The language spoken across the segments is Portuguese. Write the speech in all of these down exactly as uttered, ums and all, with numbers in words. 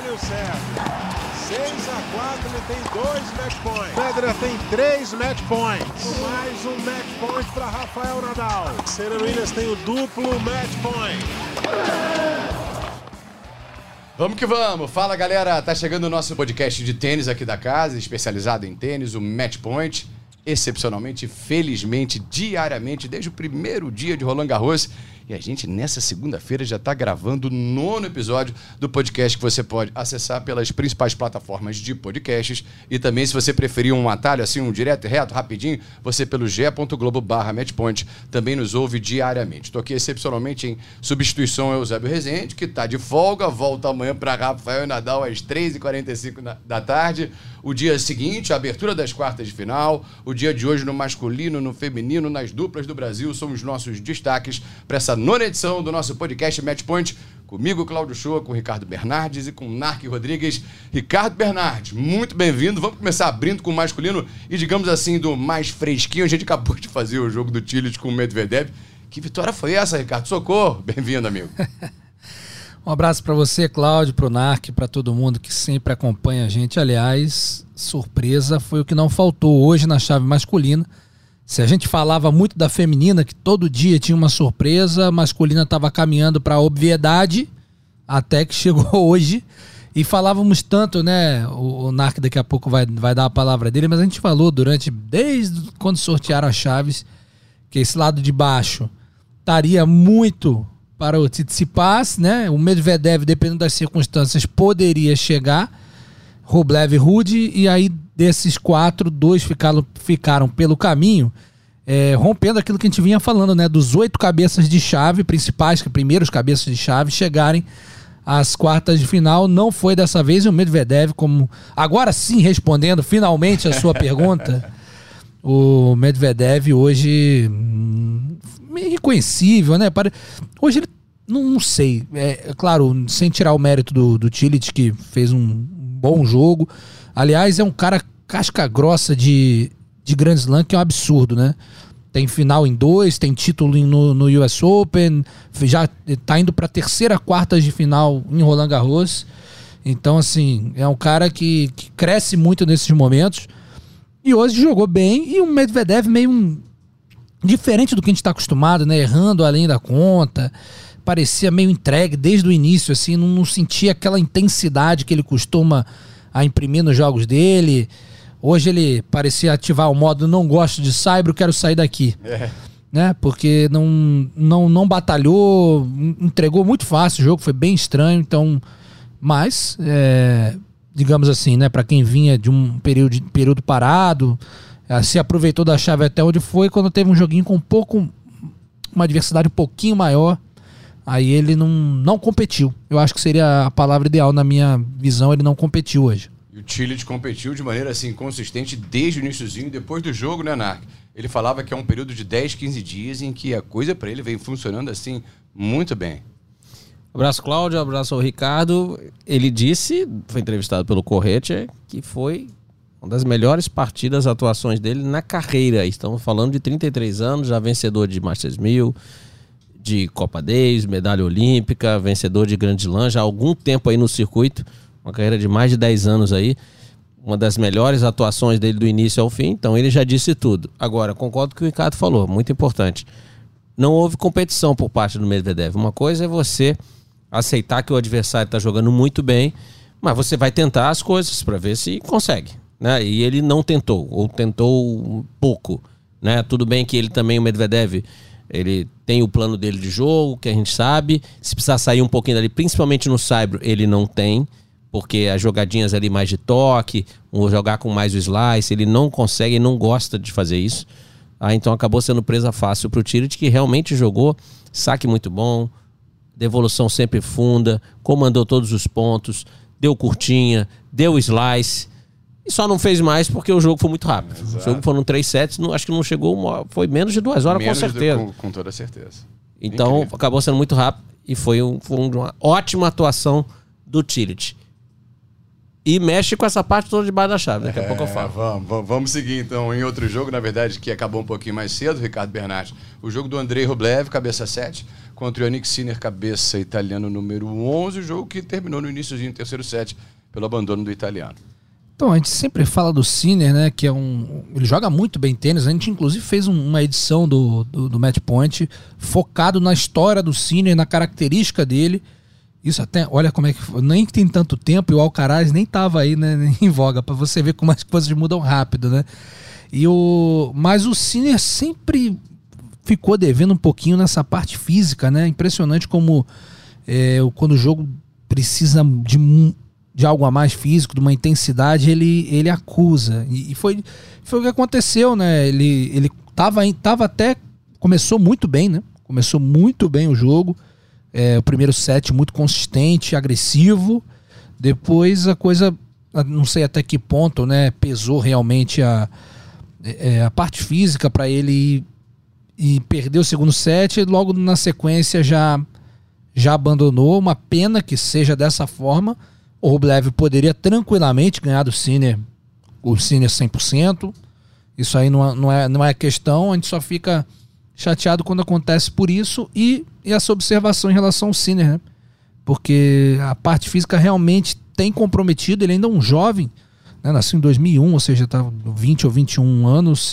Mário Sérgio. seis a quatro, ele tem dois match points. Federer tem três match points. Mais um match point para Rafael Nadal. Serena Williams tem o duplo match point. Vamos que vamos. Fala, galera. Tá chegando o nosso podcast de tênis aqui da casa, especializado em tênis, o Match Point. Excepcionalmente, felizmente, diariamente, desde o primeiro dia de Roland Garros. E a gente, nessa segunda-feira, já está gravando o nono episódio do podcast que você pode acessar pelas principais plataformas de podcasts. E também, se você preferir um atalho, assim, um direto e reto, rapidinho, você pelo ge.globo barra matchpoint também nos ouve diariamente. Estou aqui excepcionalmente em substituição ao Eusébio Rezende, que está de folga, volta amanhã para Rafael Nadal às três e quarenta e cinco da tarde. O dia seguinte, a abertura das quartas de final. O dia de hoje no masculino, no feminino, nas duplas do Brasil, são os nossos destaques para essa nona edição do nosso podcast Match Point. Comigo, Cláudio Shoa, com o Ricardo Bernardes e com o Narc Rodrigues. Ricardo Bernardes, muito bem-vindo. Vamos começar abrindo com o masculino e, digamos assim, do mais fresquinho. A gente acabou de fazer o jogo do Cilic com o Medvedev. Que vitória foi essa, Ricardo? Socorro! Bem-vindo, amigo. Um abraço para você, Cláudio, para o Narc, para todo mundo que sempre acompanha a gente. Aliás, surpresa foi o que não faltou hoje na chave masculina. Se a gente falava muito da feminina, que todo dia tinha uma surpresa, a masculina estava caminhando para a obviedade, até que chegou hoje. E falávamos tanto, né? O, o Narc daqui a pouco vai, vai dar a palavra dele, mas a gente falou durante, desde quando sortearam as chaves, que esse lado de baixo estaria muito para o Tsitsipas, né? O Medvedev, dependendo das circunstâncias, poderia chegar, Rublev e Ruud, e aí desses quatro, dois ficaram, ficaram pelo caminho, é, rompendo aquilo que a gente vinha falando, né? Dos oito cabeças de chave principais, que primeiros cabeças de chave, chegarem às quartas de final. Não foi dessa vez, e o Medvedev, como agora sim respondendo finalmente a sua pergunta, o Medvedev hoje hum, irreconhecível, né? Hoje ele, não, não sei, é claro, sem tirar o mérito do, do Cilic, que fez um bom jogo. Aliás, é um cara casca grossa de, de Grand Slam, que é um absurdo, né? Tem final em dois, tem título no, no U S Open, já tá indo pra terceira quartas de final em Roland Garros. Então, assim, é um cara que, que cresce muito nesses momentos. E hoje jogou bem, e o Medvedev meio um, diferente do que a gente tá acostumado, né? Errando além da conta, parecia meio entregue desde o início, assim, não, não sentia aquela intensidade que ele costuma a imprimir nos jogos dele. Hoje ele parecia ativar o modo não gosto de saibro, quero sair daqui. É. Né? Porque não, não, não batalhou, entregou muito fácil o jogo, foi bem estranho. Então, mas, é, digamos assim, né, para quem vinha de um período, período parado, se aproveitou da chave até onde foi, quando teve um joguinho com um pouco, uma adversidade um pouquinho maior, aí ele não, não competiu. Eu acho que seria a palavra ideal na minha visão, ele não competiu hoje. E o Cilic competiu de maneira assim consistente desde o iniciozinho, depois do jogo, né, Narc? Ele falava que é um período de dez, quinze dias em que a coisa para ele vem funcionando assim muito bem. Abraço, Cláudio, abraço ao Ricardo. Ele disse, foi entrevistado pelo Correte, que foi uma das melhores partidas, atuações dele na carreira. Estamos falando de trinta e três anos, já vencedor de Masters mil, de Copa Davis, medalha olímpica, vencedor de Grand Slam, já há algum tempo aí no circuito, uma carreira de mais de dez anos aí, uma das melhores atuações dele do início ao fim, então ele já disse tudo. Agora, concordo com o que o Ricardo falou, muito importante. Não houve competição por parte do Medvedev. Uma coisa é você aceitar que o adversário está jogando muito bem, mas você vai tentar as coisas para ver se consegue, né? E ele não tentou, ou tentou pouco, né? Tudo bem que ele também, o Medvedev, ele tem o plano dele de jogo, que a gente sabe. Se precisar sair um pouquinho dali, principalmente no saibro, ele não tem, porque as jogadinhas ali mais de toque, ou jogar com mais o slice, ele não consegue, não gosta de fazer isso. Ah, então acabou sendo presa fácil para o Cilic, que realmente jogou saque muito bom, devolução sempre funda, comandou todos os pontos, deu curtinha, deu slice, e só não fez mais porque o jogo foi muito rápido. Exato. O jogo foram três sets, não, acho que não chegou, uma, foi menos de duas horas, menos com certeza. De, com, com toda certeza. Então incrível. Acabou sendo muito rápido e foi, um, foi uma ótima atuação do Cilic. e mexe com essa parte toda debaixo da chave. Daqui a é, pouco eu falo. Vamos, vamos seguir então em outro jogo, na verdade, que acabou um pouquinho mais cedo, Ricardo Bernardi. O jogo do Andrei Rublev, cabeça sete, contra o Yannick Sinner, cabeça italiano número onze, o jogo que terminou no iníciozinho do terceiro set, pelo abandono do italiano. Então, a gente sempre fala do Sinner, né, que é um... ele joga muito bem tênis. A gente, inclusive, fez um, uma edição do, do, do Match Point focado na história do Sinner, na característica dele. Isso até, olha como é que... nem tem tanto tempo e o Alcaraz nem tava aí, né, em voga, para você ver como as coisas mudam rápido, né? E o... Mas o Sinner sempre ficou devendo um pouquinho nessa parte física, né? Impressionante como é, quando o jogo precisa de... de algo a mais físico, de uma intensidade, ele, ele acusa. E, e foi, foi o que aconteceu, né? Ele, ele tava, tava até... Começou muito bem, né? Começou muito bem o jogo. É, o primeiro set muito consistente, agressivo. Depois a coisa, não sei até que ponto, né? Pesou realmente a, é, a parte física para ele e, e perdeu o segundo set. E logo na sequência já, já abandonou. Uma pena que seja dessa forma. O Rublev poderia tranquilamente ganhar do Sinner, o Sinner cem por cento. Isso aí não, não, é, não é questão. A gente só fica chateado quando acontece por isso. E, e essa observação em relação ao Sinner, né? Porque a parte física realmente tem comprometido. Ele ainda é um jovem, né? Nasceu em dois mil e um, ou seja, está vinte ou vinte e um anos.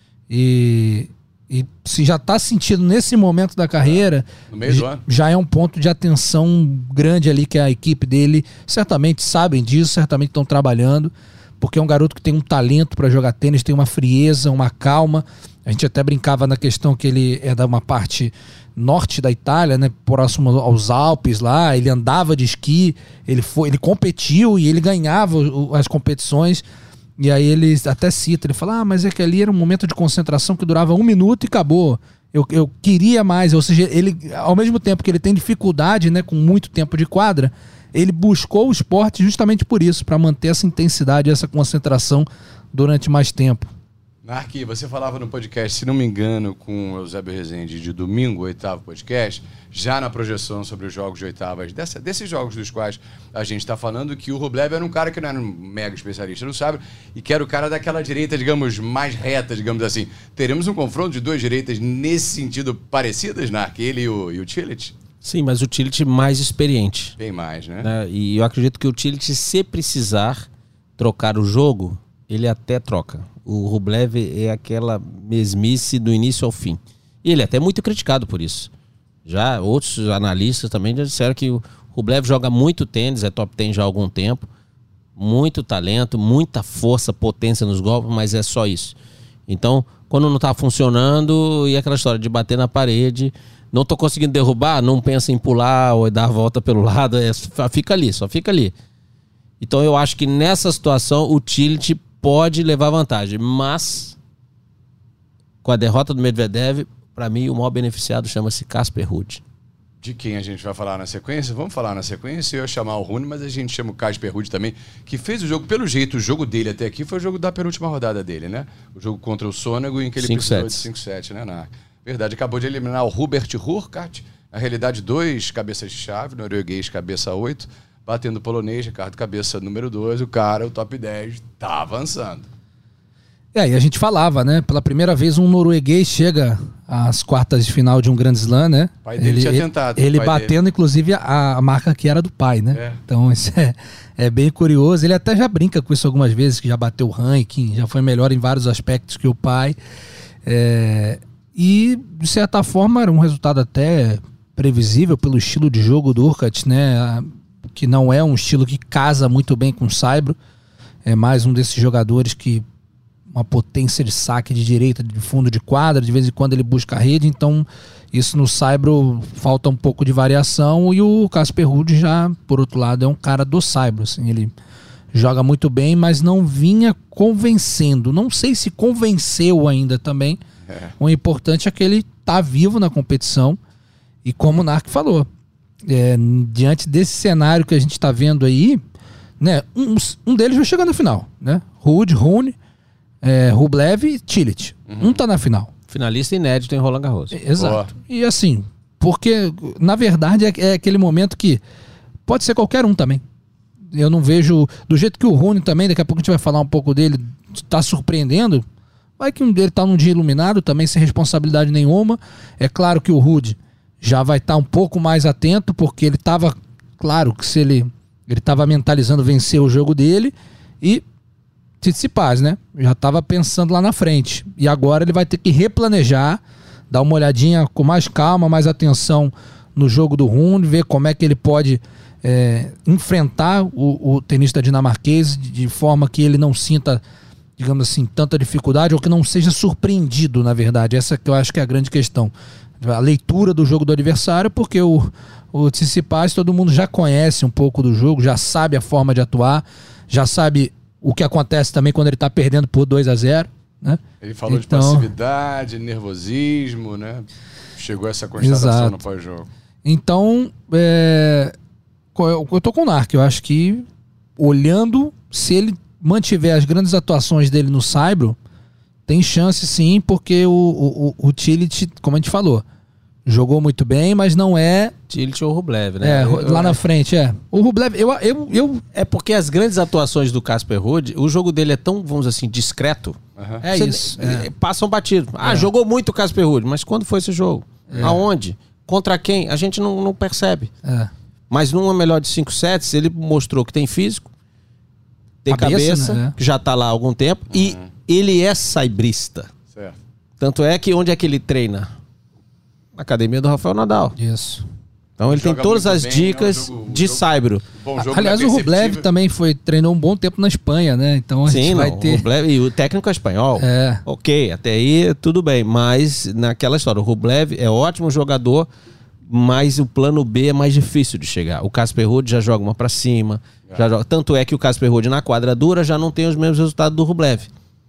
E... E se já está sentindo nesse momento da carreira, no meio do ano, já é um ponto de atenção grande ali que a equipe dele certamente sabem disso, certamente estão trabalhando, porque é um garoto que tem um talento para jogar tênis, tem uma frieza, uma calma. A gente até brincava na questão que ele é da uma parte norte da Itália, né, próximo aos Alpes lá, ele andava de esqui, ele, foi, ele competiu e ele ganhava as competições. E aí ele até cita, ele fala, ah, mas é que ali era um momento de concentração que durava um minuto e acabou. Eu, eu queria mais, ou seja, ele, ao mesmo tempo que ele tem dificuldade, né, com muito tempo de quadra, ele buscou o esporte justamente por isso, para manter essa intensidade, essa concentração durante mais tempo. Narqui, você falava no podcast, se não me engano, com o Eusébio Rezende, de domingo, oitavo podcast, já na projeção sobre os jogos de oitavas, dessa, desses jogos dos quais a gente está falando, que o Rublev era um cara que não era um mega especialista, não sabe, e que era o cara daquela direita, digamos, mais reta, digamos assim. Teremos um confronto de duas direitas nesse sentido parecidas, Narqui, ele e o, e o Cilic? Sim, mas o Cilic mais experiente. Bem mais, né? né? E eu acredito que o Cilic, se precisar trocar o jogo, ele até troca. O Rublev é aquela mesmice do início ao fim. E ele é até muito criticado por isso. Já outros analistas também já disseram que o Rublev joga muito tênis, é top dez já há algum tempo. Muito talento, muita força, potência nos golpes, mas é só isso. Então, quando não tá funcionando, e aquela história de bater na parede, não tô conseguindo derrubar, não pensa em pular ou dar a volta pelo lado, é, fica ali, só fica ali. Então eu acho que nessa situação o Cilic pode levar vantagem, mas com a derrota do Medvedev, para mim o maior beneficiado chama-se Casper Ruud. De quem a gente vai falar na sequência? Vamos falar na sequência. Eu ia chamar o Rune, mas a gente chama o Casper Ruud também, que fez o jogo, pelo jeito, o jogo dele até aqui foi o jogo da penúltima rodada dele, né? O jogo contra o Sonego, em que ele cinco precisou sets. de cinco sete, né? Na verdade, acabou de eliminar o Hubert Hurkacz, na realidade, dois cabeças de chave, norueguês cabeça oito, batendo o polonês, Ricardo cabeça número dois, o cara, o top dez, tá avançando. É, e a gente falava, né? Pela primeira vez um norueguês chega às quartas de final de um Grand Slam, né? O pai dele ele, tinha tentado. Ele pai batendo, dele. inclusive, a, a marca que era do pai, né? É. Então isso é, é bem curioso. Ele até já brinca com isso algumas vezes, que já bateu o ranking, já foi melhor em vários aspectos que o pai. É, e, de certa forma, era um resultado até previsível pelo estilo de jogo do Hurkacz, né? Que não é um estilo que casa muito bem com o saibro. É mais um desses jogadores que uma potência de saque de direita, de fundo de quadra, de vez em quando ele busca a rede, então isso no saibro falta um pouco de variação. E o Casper Ruud já, por outro lado, é um cara do saibro, assim, ele joga muito bem, mas não vinha convencendo, não sei se convenceu ainda também. É. O importante é que ele tá vivo na competição, e como o Narc falou, é, diante desse cenário que a gente está vendo aí, né, um, um deles vai chegar na final, né? Ruud, Rune, é, Rublev e Cilic. Uhum. Um tá na final. Finalista inédito em Roland Garros. É, exato. Boa. E assim, porque na verdade é, é aquele momento que pode ser qualquer um também. eu não vejo... Do jeito que o Rune também, daqui a pouco a gente vai falar um pouco dele, tá surpreendendo. Vai que ele tá num dia iluminado também, sem responsabilidade nenhuma. É claro que o Rude já vai estar tá um pouco mais atento, porque ele tava... Claro que se ele... Ele tava mentalizando vencer o jogo dele e... Tsitsipas, né? Já tava pensando lá na frente. E agora ele vai ter que replanejar, dar uma olhadinha com mais calma, mais atenção no jogo do Rune, ver como é que ele pode é, enfrentar o, o tenista dinamarquês de, de forma que ele não sinta, digamos assim, tanta dificuldade ou que não seja surpreendido, na verdade. Essa que eu acho que é a grande questão. A leitura do jogo do adversário, porque o, o Tsitsipas todo mundo já conhece um pouco do jogo, já sabe a forma de atuar, já sabe o que acontece também quando ele tá perdendo por dois a zero, né? Ele falou então... de passividade, nervosismo, né? Chegou a essa constatação Exato. no pós-jogo. Então, é... eu tô com o Narc. Eu acho que, olhando, se ele mantiver as grandes atuações dele no Saibro, tem chance sim, porque o, o, o Tillich, como a gente falou, jogou muito bem, mas não é... Tillich ou Rublev, né? É, eu, lá eu, na frente, é. O Rublev, eu, eu, eu... É porque as grandes atuações do Casper Ruud, o jogo dele é tão, vamos dizer assim, discreto. Uhum. É Você, isso. é. É. Passam batido. Ah, É. jogou muito o Casper Ruud, mas quando foi esse jogo? É. Aonde? Contra quem? A gente não, não percebe. É. Mas numa melhor de cinco sets, ele mostrou que tem físico, tem Cabeça, cabeça, né? que já tá lá há algum tempo, Uhum. e ele é saibrista. Certo. Tanto é que onde é que ele treina? Na academia do Rafael Nadal. Isso. Então ele Joga tem todas muito as bem, dicas é um jogo- de jogo- saibro. Bom jogo, Aliás, não é o Rublev perceptível. também foi, treinou um bom tempo na Espanha, né? Então a Sim, gente vai não, ter... o Rublev, e o técnico é espanhol. É. Ok, até aí tudo bem, mas naquela história, o Rublev é ótimo jogador, mas o plano B é mais difícil de chegar. O Casper Ruud já joga uma pra cima, É. já joga, tanto é que o Casper Ruud na quadra dura já não tem os mesmos resultados do Rublev.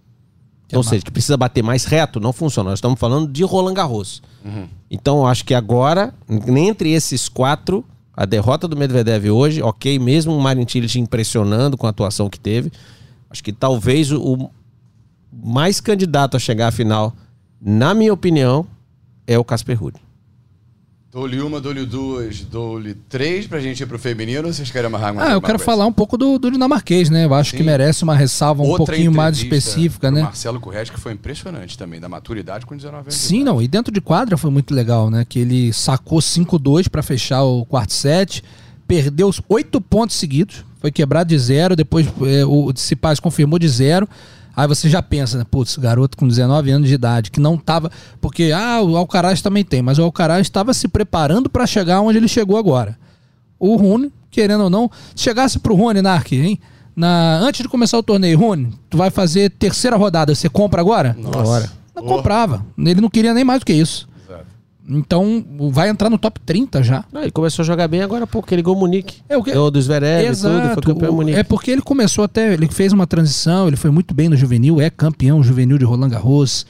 Ou seja, que precisa bater mais reto, não funciona. Nós estamos falando de Roland Garros. Uhum. Então eu acho que agora, entre esses quatro, a derrota do Medvedev hoje, ok, mesmo o Marin Cilic impressionando com a atuação que teve, acho que talvez o, o mais candidato a chegar à final, na minha opinião, é o Casper Ruud. Dou-lhe uma, dou-lhe duas, dou-lhe três pra gente ir pro feminino, ou vocês querem amarrar mais Ah, eu alguma quero coisa? falar um pouco do, do dinamarquês, né? Eu acho Sim. que merece uma ressalva um Outra pouquinho mais entrevista específica, pro né? Marcelo Corretti, que foi impressionante também, da maturidade com dezenove anos. de Sim, idade. não. E dentro de quadra foi muito legal, né? Que ele sacou cinco dois pra fechar o quarto set, perdeu os oito pontos seguidos, foi quebrado de zero, depois é, o Tsitsipas confirmou de zero. Aí você já pensa, né? Putz, garoto com dezenove anos de idade, que não tava... Porque, ah, o Alcaraz também tem, mas o Alcaraz estava se preparando para chegar onde ele chegou agora. O Rune, querendo ou não, se chegasse pro Rune, Narc, hein? Na, antes de começar o torneio, Rune, tu vai fazer terceira rodada, você compra agora? Nossa. Agora. Não Oh. comprava. Ele não queria nem mais do que isso. Exato. Então, vai entrar no top trinta já. Não, ele começou a jogar bem agora há pouco, ele ligou o Munique. É o que... O do Zverev e tudo, foi campeão o- Munique. É porque ele começou até, ele fez uma transição, ele foi muito bem no juvenil, é campeão juvenil de Roland Garros.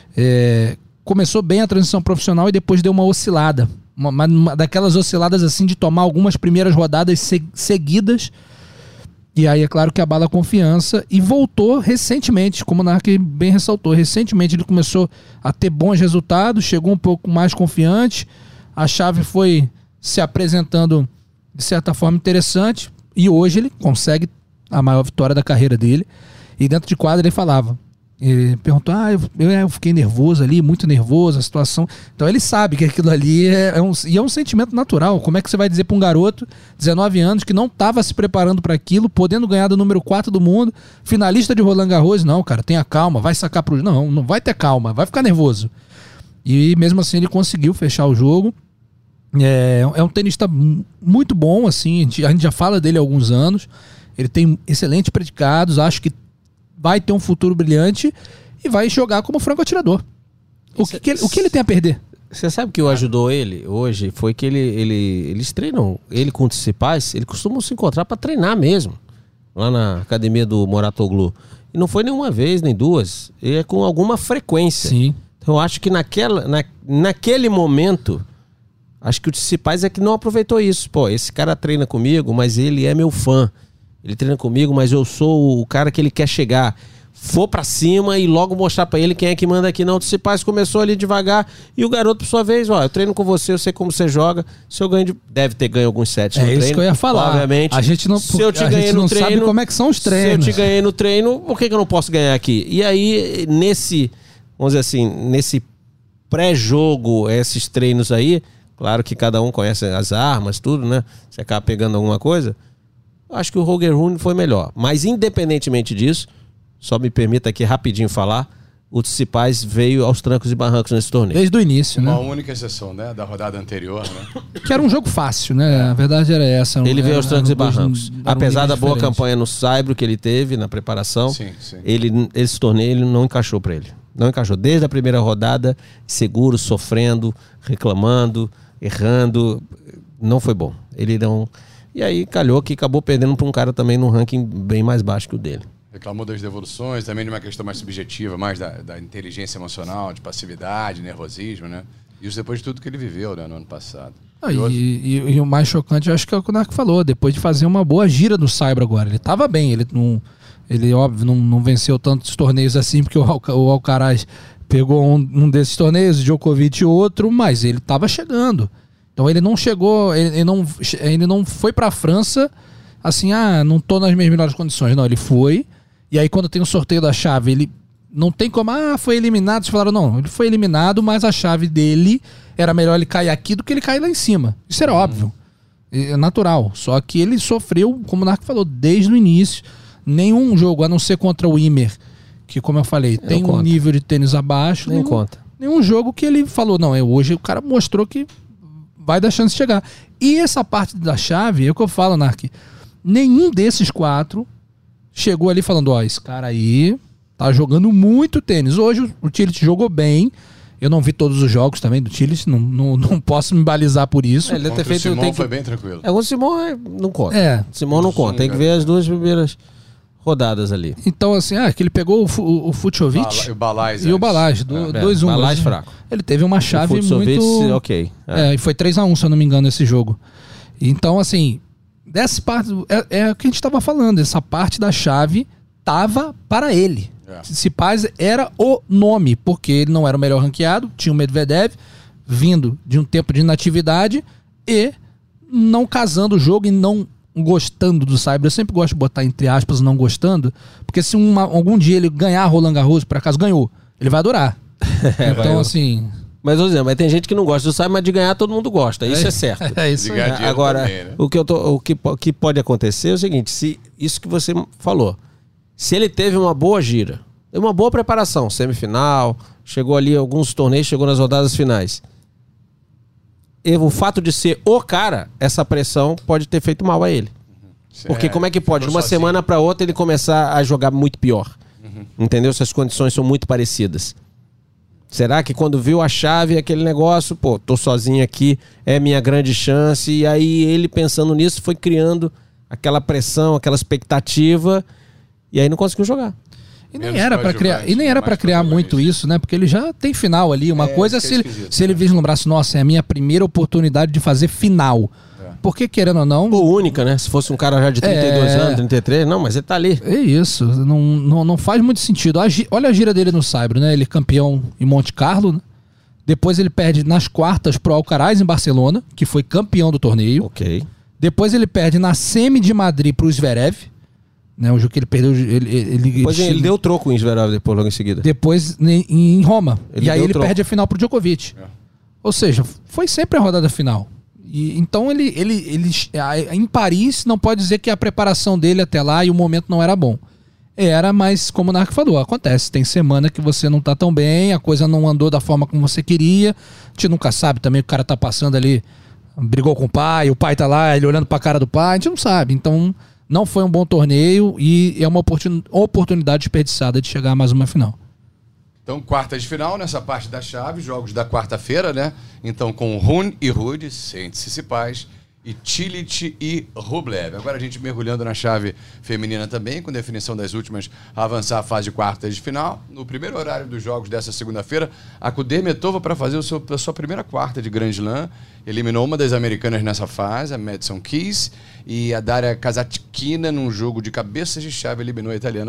É, começou bem a transição profissional e depois deu uma oscilada. Uma, uma- uma daquelas osciladas assim de tomar algumas primeiras rodadas se- seguidas. E aí é claro que abala a confiança e voltou recentemente, como o Narc bem ressaltou. Recentemente ele começou a ter bons resultados, chegou um pouco mais confiante. A chave foi se apresentando de certa forma interessante e hoje ele consegue a maior vitória da carreira dele. E dentro de quadra ele falava, ele perguntou, ah, eu, eu, eu fiquei nervoso ali, muito nervoso, a situação. Então ele sabe que aquilo ali é, é um, e é um sentimento natural. Como é que você vai dizer para um garoto, dezenove anos, que não estava se preparando para aquilo, podendo ganhar do número quatro do mundo, finalista de Roland Garros? Não, cara, tenha calma, vai sacar pro... Não, não vai ter calma, vai ficar nervoso. E mesmo assim ele conseguiu fechar o jogo. É, é um tenista muito bom, assim, a gente, a gente já fala dele há alguns anos. Ele tem excelentes predicados, acho que vai ter um futuro brilhante e vai jogar como franco atirador. O que, que ele, o que ele tem a perder? Você sabe que o ajudou ele hoje foi que ele, ele, eles treinam, ele com o Tsitsipas, eles costumam se encontrar para treinar mesmo, lá na academia do Moratoglu. E não foi nenhuma vez, nem duas, e é com alguma frequência. Sim. Então eu acho que naquela, na, naquele momento, acho que o Tsitsipas é que não aproveitou isso. Pô, esse cara treina comigo, mas ele é meu fã. Ele treina comigo, mas eu sou o cara que ele quer chegar. for pra cima e logo mostrar pra ele quem é que manda aqui. Não, o Tsitsipas começou ali devagar e o garoto, por sua vez, ó, eu treino com você, eu sei como você joga. Se eu ganho, de... deve ter ganho alguns sets é no treino. É isso que eu ia falar. Obviamente. A gente não, se eu te a ganhei gente no não treino, sabe como é que são os treinos. Se eu te ganhei no treino, por que, que eu não posso ganhar aqui? E aí, nesse, vamos dizer assim, nesse pré-jogo, esses treinos aí, claro que cada um conhece as armas, tudo, né? Você acaba pegando alguma coisa. Eu acho que o Holger Rune foi melhor. Mas independentemente disso, só me permita aqui rapidinho falar, o Tsitsipas veio aos trancos e barrancos nesse torneio. Desde o início, Uma né? única exceção, né? Da rodada anterior, né? Que era um jogo fácil, né? A verdade era essa. Ele veio era, aos trancos e dois- barrancos. eram Apesar da níveis boa diferentes. campanha no Saibro que ele teve na preparação, Sim, sim. Ele, esse torneio ele não encaixou pra ele. Não encaixou. Desde a primeira rodada, seguro, sofrendo, reclamando, errando. Não foi bom. Ele não... E aí calhou que acabou perdendo pra um cara também num ranking bem mais baixo que o dele. Reclamou das devoluções, também de uma questão mais subjetiva, mais da, da inteligência emocional, de passividade, nervosismo, né? Isso depois de tudo que ele viveu, né, no ano passado. Ah, E e, outro- e- e o mais chocante, eu acho que é o que o Narco falou, depois de fazer uma boa gira no Saibro agora. Ele tava bem, ele não, ele óbvio não, não venceu tantos torneios assim, porque o, Alca- o Alcaraz pegou um, um desses torneios, o Djokovic outro, mas ele tava chegando. Então ele não chegou, ele, ele não, ele não foi pra França assim, ah, não tô nas minhas melhores condições. Não, ele foi, e aí quando tem o sorteio da chave, ele não tem como, ah, foi eliminado. Vocês falaram, não, ele foi eliminado, mas a chave dele era melhor ele cair aqui do que ele cair lá em cima. Isso era óbvio. É natural. Só que ele sofreu, como o Narco falou, desde o início. Nenhum jogo, a não ser contra o Ymer, que, como eu falei, Não tem um conta. nível de tênis abaixo. Nem nenhum, conta. nenhum jogo que ele falou, não, é hoje o cara mostrou que vai dar chance de chegar. E essa parte da chave, é o que eu falo, Narc, nenhum desses quatro chegou ali falando, ó, esse cara aí tá jogando muito tênis. Hoje o Tillich jogou bem. Eu não vi todos os jogos também do Tillich, não, não, não posso me balizar por isso. É, ele deve ter Contra o feito... Simon Tem que... foi bem tranquilo. É, o Simon é- não conta. É. Simon não conta. Tem que ver as duas primeiras rodadas ali. Então, assim, ah, que ele pegou o, Fu- o Fucsovic Bala- e o Balaz e o antes. Balaz, do, É. dois a um. Balaz fraco. Ele teve uma chave O Fucsovic, muito... ok. É. É, e foi três a um, se eu não me engano, esse jogo. Então, assim, dessa parte, é, é o que a gente estava falando, essa parte da chave tava para ele. É. Tsitsipas era o nome, porque ele não era o melhor ranqueado, tinha o Medvedev vindo de um tempo de inatividade e não casando o jogo e não gostando do Saibro. Eu sempre gosto de botar entre aspas não gostando, porque se uma, algum dia ele ganhar Roland Garros, por acaso ganhou, ele vai adorar. Então, assim... Mas, vou dizer, mas tem gente que não gosta do Saibro, mas de ganhar todo mundo gosta. Isso é, certo. É isso De aí. ganhar dinheiro Agora, também, né? o, que eu tô, o, que, o que pode acontecer é o seguinte, se isso que você falou, se ele teve uma boa gira, uma boa preparação, semifinal, chegou ali alguns torneios, chegou nas rodadas finais. E o fato de ser o cara, essa pressão pode ter feito mal a ele. Porque como é que pode, de uma sozinho. semana para outra, ele começar a jogar muito pior? Entendeu? Se as condições são muito parecidas. Será que quando viu a chave, aquele negócio, pô, tô sozinho aqui, é minha grande chance, e aí ele pensando nisso foi criando aquela pressão, aquela expectativa, e aí não conseguiu jogar. E nem Menos era para criar, e nem era mais para criar protagonista. muito isso, né? Porque ele já tem final ali. Uma É, coisa é isso se é ele, esquisito, se ele né? vislumbrasse, nossa, é a minha primeira oportunidade de fazer final. É. Porque, querendo ou não, Ou única, né? Se fosse um cara já de trinta e dois É. anos, trinta e três, não, mas ele tá ali. é isso. Não, não, não faz muito sentido. A gi- olha a gira dele no Saibro, né? Ele é campeão em Monte Carlo, né? Depois ele perde nas quartas pro Alcaraz em Barcelona, que foi campeão do torneio. Ok. Depois ele perde na semi de Madrid pro Zverev, né? O jogo que ele perdeu, ele, ele, Depois ele, ele deu troco em Zverev depois, logo em seguida. depois em, em Roma. Ele e aí deu ele troco. perde a final pro Djokovic. É. Ou seja, foi sempre a rodada final. E, então ele, ele, ele a- em Paris não pode dizer que a preparação dele até lá e o momento não era bom. Era, mas como o Narco falou, acontece. Tem semana que você não tá tão bem, a coisa não andou da forma como você queria. A gente nunca sabe também, o cara tá passando ali, brigou com o pai, o pai tá lá, ele olhando pra cara do pai, a gente não sabe. Então não foi um bom torneio e é uma oportun- oportunidade desperdiçada de chegar a mais uma final. Então, quarta de final, nessa parte da chave, jogos da quarta-feira, né? Então, com Rune e Rude, sem Tsitsipas, e Tillich e Rublev. Agora a gente mergulhando na chave feminina também, com definição das últimas a avançar a fase de quartas de final. No primeiro horário dos jogos dessa segunda-feira, a Kudermetova para fazer o seu, a sua primeira quarta de Grand Slam. Eliminou uma das americanas nessa fase, a Madison Keys, e a Daria Kasatkina, num jogo de cabeças de chave, eliminou a italiana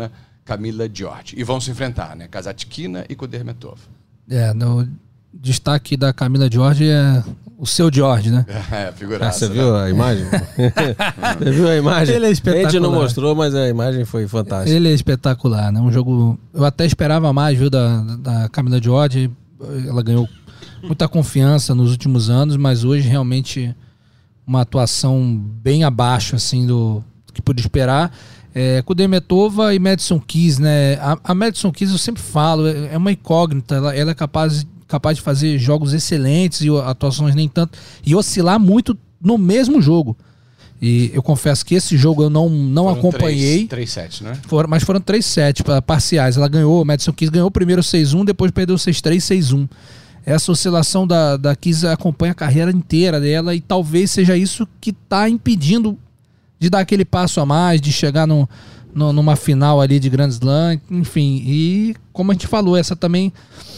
Camila Giorgi. E vão se enfrentar, né? Kasatkina e Kudermetova. É, no destaque da Camila Giorgi é o seu Giorgi, né? É, figuraça. Você viu a imagem? Você viu a imagem? Ele é espetacular. A gente não mostrou, mas a imagem foi fantástica. Ele é espetacular, né? Um jogo... Eu até esperava mais, viu, da, da Camila Giorgi. Ela ganhou muita confiança nos últimos anos, mas hoje realmente uma atuação bem abaixo, assim, do, do que pude esperar. É, Kudermetova e Madison Keys, né? A, a Madison Keys, eu sempre falo, é, é uma incógnita. Ela, ela é capaz, capaz de fazer jogos excelentes e atuações nem tanto, e oscilar muito no mesmo jogo. E eu confesso que esse jogo eu não, não foram acompanhei. três sets, né? Foram, mas foram três sets parciais. Ela ganhou, Madison Keys ganhou primeiro seis a um, depois perdeu seis a três, seis a um. Essa oscilação da, da Keys acompanha a carreira inteira dela, e talvez seja isso que está impedindo de dar aquele passo a mais, de chegar no, no, numa final ali de Grand Slam, enfim. E como a gente falou, essa também,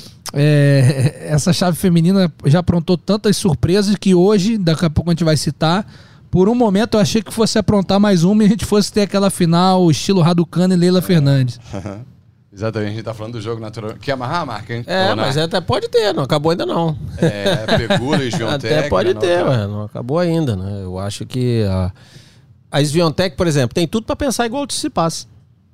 é, essa chave feminina já aprontou tantas surpresas que hoje, daqui a pouco a gente vai citar, por um momento eu achei que fosse aprontar mais uma e a gente fosse ter aquela final estilo Raducanu e Leila Fernandes. Exatamente, a gente tá falando do jogo natural. Quer amarrar a marca, hein? É, mas até pode ter, não acabou ainda não. É, Pegula e Swiatek. Até pode né, ter, não, ué, não acabou ainda, né? Eu acho que a, a Swiatek, por exemplo, tem tudo pra pensar igual o Tsitsipas.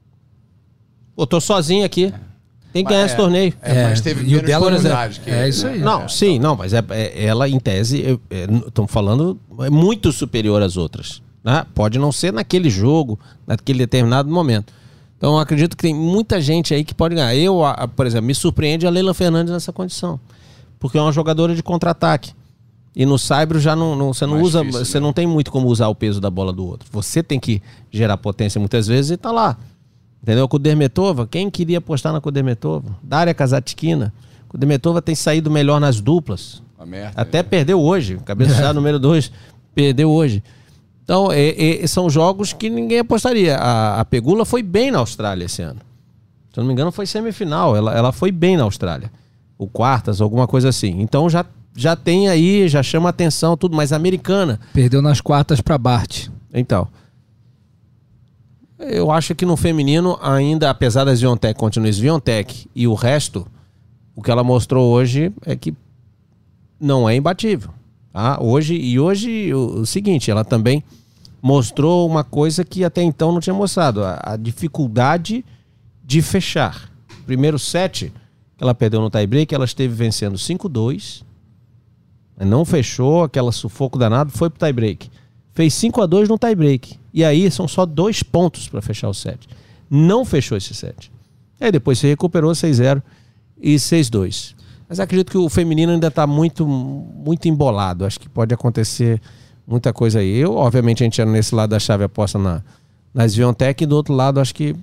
Pô, tô sozinho aqui. Tem que ganhar é, esse torneio. É, mas teve e o dela oportunidade. é, é isso aí. Não, é, sim, não, mas é, é- ela, em tese, estão falando, é muito superior às outras. Né? Pode não ser naquele jogo, naquele determinado momento. Então, eu acredito que tem muita gente aí que pode ganhar. Eu, a- por exemplo, me surpreende a Leila Fernandes nessa condição. Porque é uma jogadora de contra-ataque. E no saibro já não, não- você não Mais usa, difícil, você né? não tem muito como usar o peso da bola do outro. Você tem que gerar potência muitas vezes e tá lá. Entendeu? Kudermetova, quem queria apostar na Kudermetova? Daria Kasatkina. Kudermetova tem saído melhor nas duplas. Uma merda, Até né? perdeu hoje. Cabeça chave número dois, perdeu hoje. Então, é- é- são jogos que ninguém apostaria. A, a Pegula foi bem na Austrália esse ano. Se eu não me engano, foi semifinal. Ela, ela foi bem na Austrália. O quartas, alguma coisa assim. Então, já, já tem aí, já chama atenção, tudo. Mas a americana... Perdeu nas quartas para Bart. Então, eu acho que no feminino, ainda, apesar da Swiatek continuar Swiatek e o resto, o que ela mostrou hoje é que não é imbatível. Tá? Hoje, e hoje, o, o seguinte, ela também mostrou uma coisa que até então não tinha mostrado, a, a dificuldade de fechar. Primeiro set, que ela perdeu no tie-break, ela esteve vencendo cinco a dois, não fechou, aquela sufoco danado, foi pro tie-break. Fez cinco a dois no tie-break. E aí são só dois pontos para fechar o set. Não fechou esse set. Aí depois se recuperou seis a zero e seis a dois. Mas acredito que o feminino ainda está muito, muito embolado. Acho que pode acontecer muita coisa aí. Eu, obviamente, a gente era nesse lado da chave aposta na, na Swiatek, e do outro lado, acho que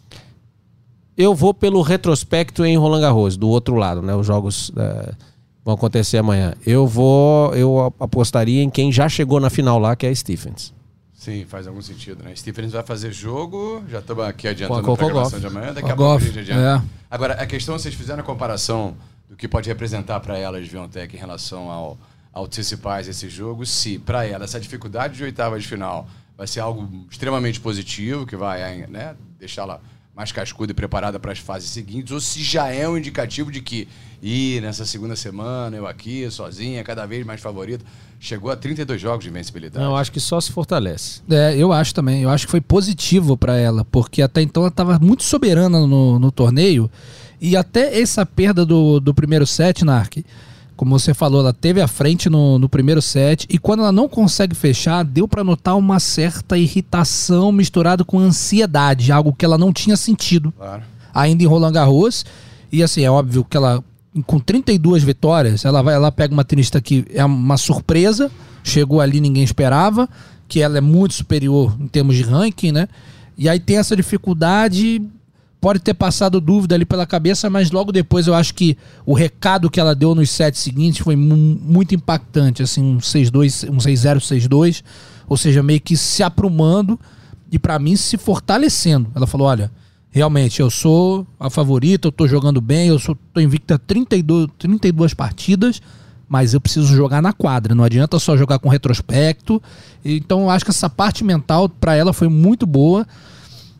eu vou pelo retrospecto em Roland Garros, do outro lado, né? Os jogos uh, vão acontecer amanhã. Eu vou, eu apostaria em quem já chegou na final lá, que é a Stephens. Sim, faz algum sentido, né? Stephens vai fazer jogo, já estamos aqui adiantando Com a a programação Coco de amanhã, daqui Com a a pouco a Goff, gente adianta. é. Agora, a questão, vocês fizeram a comparação do que pode representar para elas Swiatek em relação ao, ao Tsitsipas esse jogo, se para ela essa dificuldade de oitava de final vai ser algo extremamente positivo, que vai, né, deixá-la mais cascuda e preparada para as fases seguintes, ou se já é um indicativo de que, ih, nessa segunda semana, eu aqui, sozinha, cada vez mais favorita, chegou a trinta e dois jogos de invencibilidade. Não, eu acho que só se fortalece. É, eu acho também. Eu acho que foi positivo para ela, porque até então ela estava muito soberana no, no torneio, e até essa perda do, do primeiro set, Nark, como você falou, ela teve à frente no, no primeiro set, e quando ela não consegue fechar, deu para notar uma certa irritação misturada com ansiedade, algo que ela não tinha sentido Claro. ainda em Roland Garros. E assim, é óbvio que ela, com trinta e duas vitórias, ela vai lá, pega uma tenista que é uma surpresa, chegou ali, ninguém esperava, que ela é muito superior em termos de ranking, né? E aí tem essa dificuldade, pode ter passado dúvida ali pela cabeça, mas logo depois eu acho que o recado que ela deu nos sets seguintes foi mu- muito impactante, assim, um seis a dois, um seis a zero, seis a dois, ou seja, meio que se aprumando e pra mim se fortalecendo. Ela falou, olha, realmente, eu sou a favorita, eu tô jogando bem, eu sou, tô invicta trinta e dois, trinta e duas partidas, mas eu preciso jogar na quadra, não adianta só jogar com retrospecto. Então eu acho que essa parte mental pra ela foi muito boa.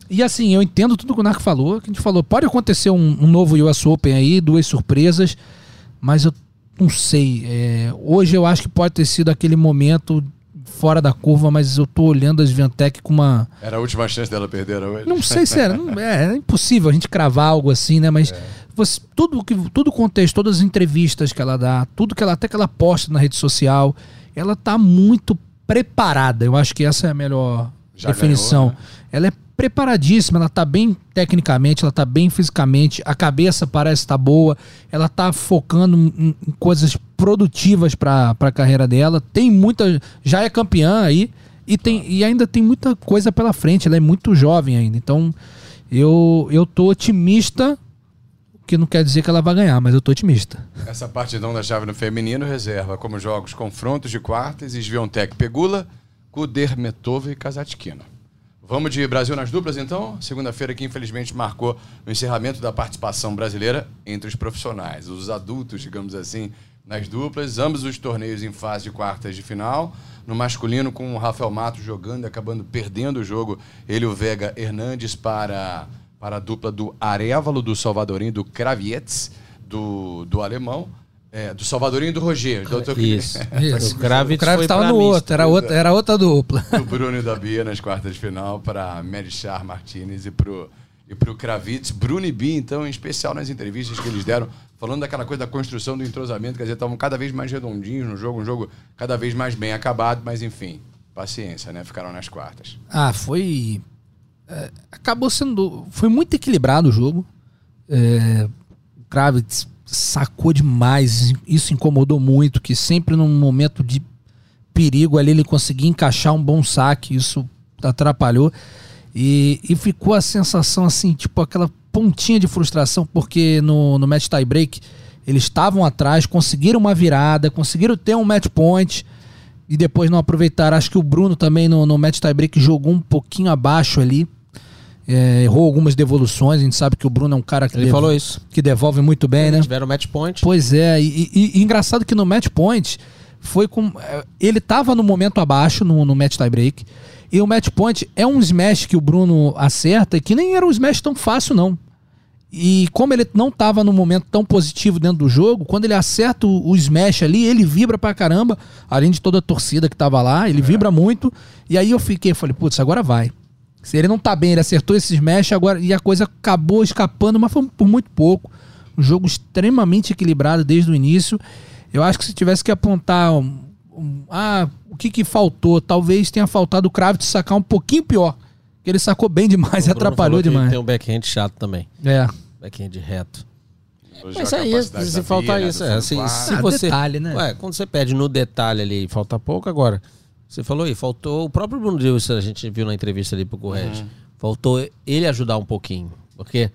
E assim, eu entendo tudo que o Narco falou, que a gente falou, pode acontecer um, um novo U S Open aí, duas surpresas, mas eu não sei. É, hoje eu acho que pode ter sido aquele momento fora da curva, mas eu tô olhando a Swiatek com uma... Era a última chance dela perder hoje? Não sei se era. Não, é, é impossível a gente cravar algo assim, né? Mas é. você, tudo que tudo o contexto, todas as entrevistas que ela dá, tudo que ela até que ela posta na rede social, ela tá muito preparada. Eu acho que essa é a melhor Já definição. Ganhou, né? Ela é preparadíssima, ela tá bem tecnicamente, ela tá bem fisicamente, a cabeça parece estar tá boa, ela tá focando em, em coisas produtivas para a carreira dela, tem muita, já é campeã aí e, tem, e ainda tem muita coisa pela frente, ela é muito jovem ainda, então eu, eu tô otimista, que não quer dizer que ela vai ganhar, mas eu tô otimista. Essa partidão da chave no feminino reserva como jogos confrontos de quartas, Swiatek Pegula, Kudermetova e Kasatkina. Vamos de Brasil nas duplas, então? Segunda-feira que infelizmente marcou o encerramento da participação brasileira entre os profissionais, os adultos, digamos assim, nas duplas. Ambos os torneios em fase de quartas de final. No masculino, com o Rafael Matos jogando e acabando perdendo o jogo. Ele e o Vega Hernandes para, para a dupla do Arévalo, do Salvadorinho, do Kravietz, do, do alemão. É, do Salvadorinho e do Roger. Do Isso. Isso. O Kravitz estava no outro, era outra, era outra dupla. Do Bruno e da Bia nas quartas de final para Merichar Martinez e pro, e pro Kravitz. Bruno e Bia, então, em especial nas entrevistas que eles deram, falando daquela coisa da construção do entrosamento, quer dizer, estavam cada vez mais redondinhos no jogo, um jogo cada vez mais bem acabado, mas enfim, paciência, né? Ficaram nas quartas. Ah, foi... É, acabou sendo... Foi muito equilibrado o jogo. É, o Kravitz sacou demais, isso incomodou muito, que sempre num momento de perigo ali ele conseguia encaixar um bom saque, isso atrapalhou e, e ficou a sensação assim, tipo aquela pontinha de frustração, porque no, no match tie break eles estavam atrás, conseguiram uma virada, conseguiram ter um match point e depois não aproveitaram. Acho que o Bruno também no, no match tie break jogou um pouquinho abaixo ali. É, errou algumas devoluções, a gente sabe que o Bruno é um cara que, Ele devo, falou isso. que devolve muito bem, Eles né? Tiveram match point. Pois é, e, e, e engraçado que no match point foi com. Ele tava no momento abaixo no, no match tie break. E o match point é um smash que o Bruno acerta, que nem era um smash tão fácil, não. E como ele não tava no momento tão positivo dentro do jogo, quando ele acerta o, o smash ali, ele vibra pra caramba, além de toda a torcida que tava lá, ele é. vibra muito. E aí eu fiquei, falei, putz, agora vai. Se ele não tá bem, ele acertou esse smash agora, e a coisa acabou escapando, mas foi por muito pouco. Um jogo extremamente equilibrado desde o início. Eu acho que se tivesse que apontar um, um, ah, o que que faltou, talvez tenha faltado o Kravitz sacar um pouquinho pior. Porque ele sacou bem demais e atrapalhou demais. Tem um backhand chato também. É. Backhand reto. Mas é isso, se faltar isso. É, se, se ah, você, detalhe, né? Ué, quando você pede no detalhe ali, falta pouco agora. Você falou aí, faltou o próprio Bruno Lewis, a gente viu na entrevista ali pro Correge. Uhum. Faltou ele ajudar um pouquinho. Porque,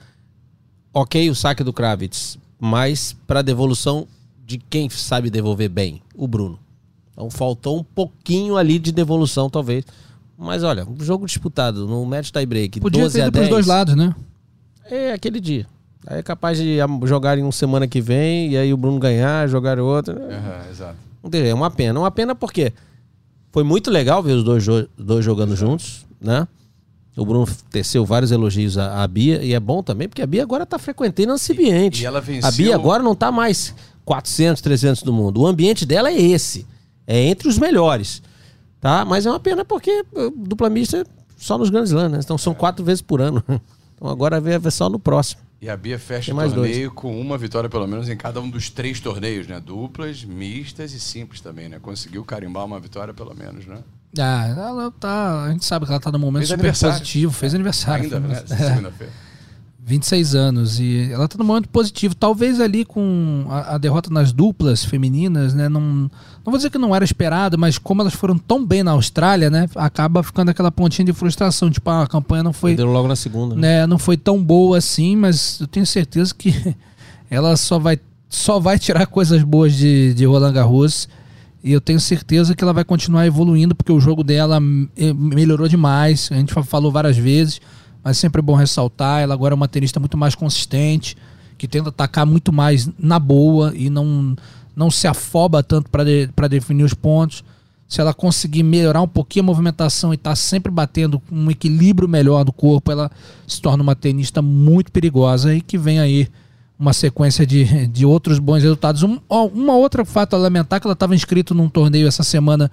ok, o saque do Kravitz, mas para devolução de quem sabe devolver bem, o Bruno. Então faltou um pouquinho ali de devolução, talvez. Mas olha, um jogo disputado no match tie break, podia doze ter a ido dez. pros dois lados, né? É aquele dia. Aí é capaz de jogar em uma semana que vem e aí o Bruno ganhar, jogar outro. Uhum, exato. É uma pena. Uma pena porque foi muito legal ver os dois, jo- dois jogando exato. juntos, né? O Bruno teceu vários elogios à, à Bia, e é bom também, porque a Bia agora tá frequentando esse ambiente. E, e ela venceu... A Bia agora não tá mais quatrocentos, trezentos do mundo. O ambiente dela é esse. É entre os melhores. Tá? Mas é uma pena porque dupla mista é só nos grandes lãs, né? Então são é. quatro vezes por ano. Então agora vai ver só no próximo. E a Bia fecha o torneio dois. com uma vitória pelo menos em cada um dos três torneios, né? Duplas, mistas e simples também, né? Conseguiu carimbar uma vitória pelo menos, né? Ah, ela tá... A gente sabe que ela tá num momento fez super positivo. Fez aniversário. Ainda, né? É. Segunda-feira. vinte e seis anos. E ela tá num momento positivo. Talvez ali com a, a derrota nas duplas femininas, né? Não, não vou dizer que não era esperado, mas como elas foram tão bem na Austrália, né? Acaba ficando aquela pontinha de frustração. Tipo, a campanha não foi... Deu logo na segunda, né? né? Não foi tão boa assim, mas eu tenho certeza que ela só vai, só vai tirar coisas boas de, de Roland Garros. E eu tenho certeza que ela vai continuar evoluindo, porque o jogo dela melhorou demais. A gente falou várias vezes, mas sempre é bom ressaltar. Ela agora é uma tenista muito mais consistente, que tenta atacar muito mais na boa e não, não se afoba tanto para de, para definir os pontos. se ela conseguir melhorar um pouquinho a movimentação e estar tá sempre batendo com um equilíbrio melhor do corpo, ela se torna uma tenista muito perigosa e que vem aí uma sequência de, de outros bons resultados. Um, uma outra fato a lamentar que ela estava inscrita num torneio essa semana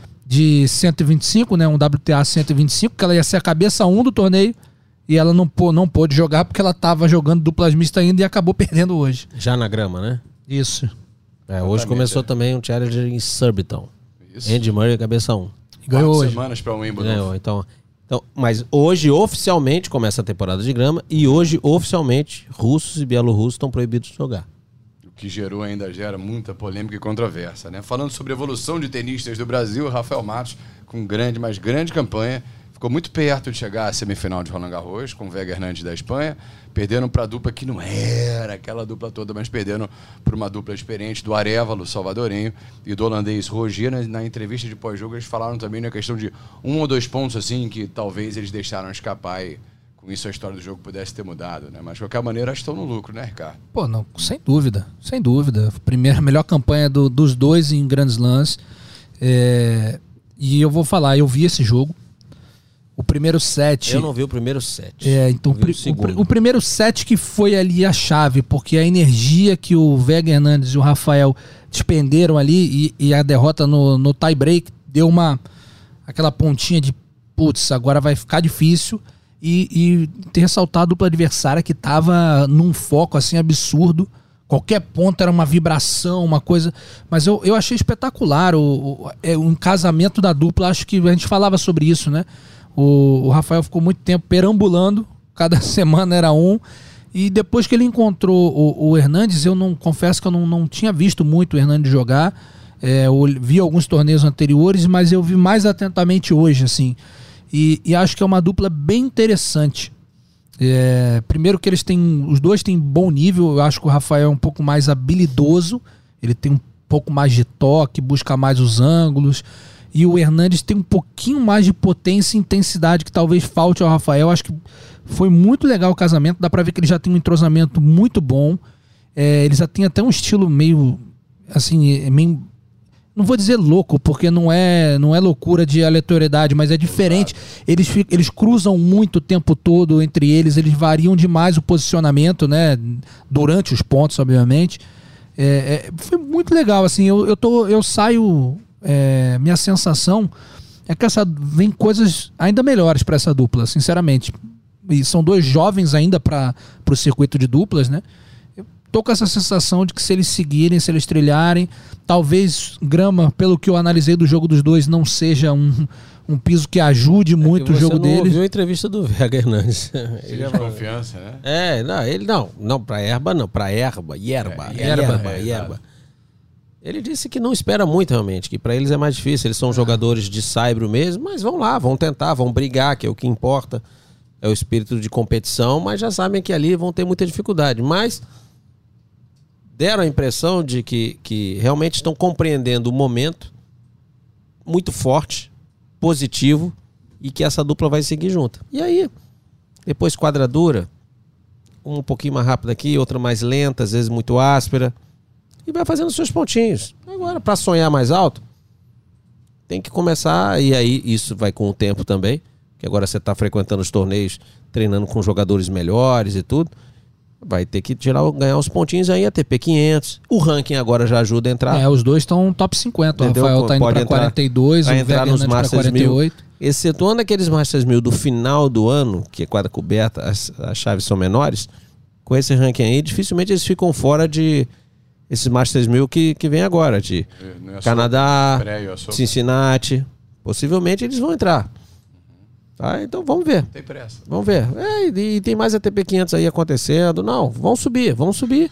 de cento e vinte e cinco, né, um W T A cento e vinte e cinco, que ela ia ser a cabeça um do torneio e ela não, pô, não pôde jogar porque ela estava jogando duplas mistas ainda e acabou perdendo hoje. Já na grama, né? Isso. É, hoje começou também um Challenger em Surbiton. Isso. Andy Murray, cabeça um. Ganhou Quatro hoje. semanas para o Wimbledon. Ganhou, então, então, mas hoje oficialmente começa a temporada de grama e hoje oficialmente russos e bielorrussos estão proibidos de jogar. O que gerou ainda gera muita polêmica e controvérsia, né? Falando sobre a evolução de tenistas do Brasil, Rafael Matos, com grande, mas grande campanha, ficou muito perto de chegar à semifinal de Roland Garros com o Vega Hernandes da Espanha. Perderam para a dupla que não era aquela dupla toda, mas perderam para uma dupla experiente do Arévalo salvadorenho e do holandês Rogier. Na, na entrevista de pós-jogo eles falaram também na questão de um ou dois pontos assim que talvez eles deixaram escapar e com isso a história do jogo pudesse ter mudado, né? Mas de qualquer maneira estão no lucro, né, Ricardo? Pô, não, sem dúvida, sem dúvida. Primeira, melhor campanha do, dos dois em grandes lãs. É, e eu vou falar, eu vi esse jogo. O primeiro set... Eu não vi o primeiro set. É, então o, o, o primeiro set que foi ali a chave, porque a energia que o Vega Hernandes e o Rafael despenderam ali e, e a derrota no, no tie break deu uma aquela pontinha de putz, agora vai ficar difícil e, e ter ressaltado a dupla adversária que tava num foco assim absurdo. Qualquer ponto era uma vibração, uma coisa... Mas eu, eu achei espetacular o, o, é, um casamento da dupla. Acho que a gente falava sobre isso, né? O, o Rafael ficou muito tempo perambulando, cada semana era um, e depois que ele encontrou o, o Hernandes, eu não confesso que eu não, não tinha visto muito o Hernandes jogar, é, eu vi alguns torneios anteriores, mas eu vi mais atentamente hoje, assim, e, e acho que é uma dupla bem interessante. É, primeiro que eles têm, os dois têm bom nível, eu acho que o Rafael é um pouco mais habilidoso, ele tem um pouco mais de toque, busca mais os ângulos. E o Hernandes tem um pouquinho mais de potência e intensidade que talvez falte ao Rafael. Acho que foi muito legal o casamento. Dá pra ver que ele já tem um entrosamento muito bom. É, ele já tem até um estilo meio... assim, meio, não vou dizer louco, porque não é, não é loucura de aleatoriedade, mas é diferente. Eles, eles cruzam muito o tempo todo entre eles. Eles variam demais o posicionamento, né? Durante os pontos, obviamente. É, é, foi muito legal. Assim, eu, eu, tô, eu saio... É, minha sensação é que essa, vem coisas ainda melhores para essa dupla, sinceramente. E são dois jovens ainda para o circuito de duplas, né? Eu tô com essa sensação de que se eles seguirem, se eles trilharem, talvez grama, pelo que eu analisei do jogo dos dois, não seja um, um piso que ajude muito é que o jogo deles. Você não ouviu a entrevista do Vega Hernandes. Ele é confiança, né? É, não, ele não, não para erva não, para erva, yerba, é, yerba, yerba, é, yerba. Ele disse que não espera muito realmente, que para eles é mais difícil, eles são ah. jogadores de saibro mesmo, mas vão lá, vão tentar, vão brigar, que é o que importa, é o espírito de competição, mas já sabem que ali vão ter muita dificuldade, mas deram a impressão de que, que realmente estão compreendendo o momento muito forte, positivo, e que essa dupla vai seguir junto. E aí, depois quadradura, um pouquinho mais rápida aqui, outra mais lenta, às vezes muito áspera, e vai fazendo seus pontinhos. Agora, para sonhar mais alto, tem que começar, e aí isso vai com o tempo também, que agora você está frequentando os torneios, treinando com jogadores melhores e tudo, vai ter que tirar, ganhar os pontinhos aí, a T P quinhentos. O ranking agora já ajuda a entrar. É, os dois estão top cinquenta. Entendeu? O Rafael está indo para quarenta e dois, vai o entrar Vega nos para Masters quarenta e oito. mil. Excetuando aqueles Masters mil do final do ano, que é quadra coberta, as, as chaves são menores, com esse ranking aí, dificilmente eles ficam fora de esses Masters mil que, que vem agora, de é Canadá, Cincinnati. Possivelmente eles vão entrar. Tá? Então vamos ver. Tem pressa. Vamos ver. É, e, e tem mais a T P quinhentos aí acontecendo. Não, vão subir, vão subir.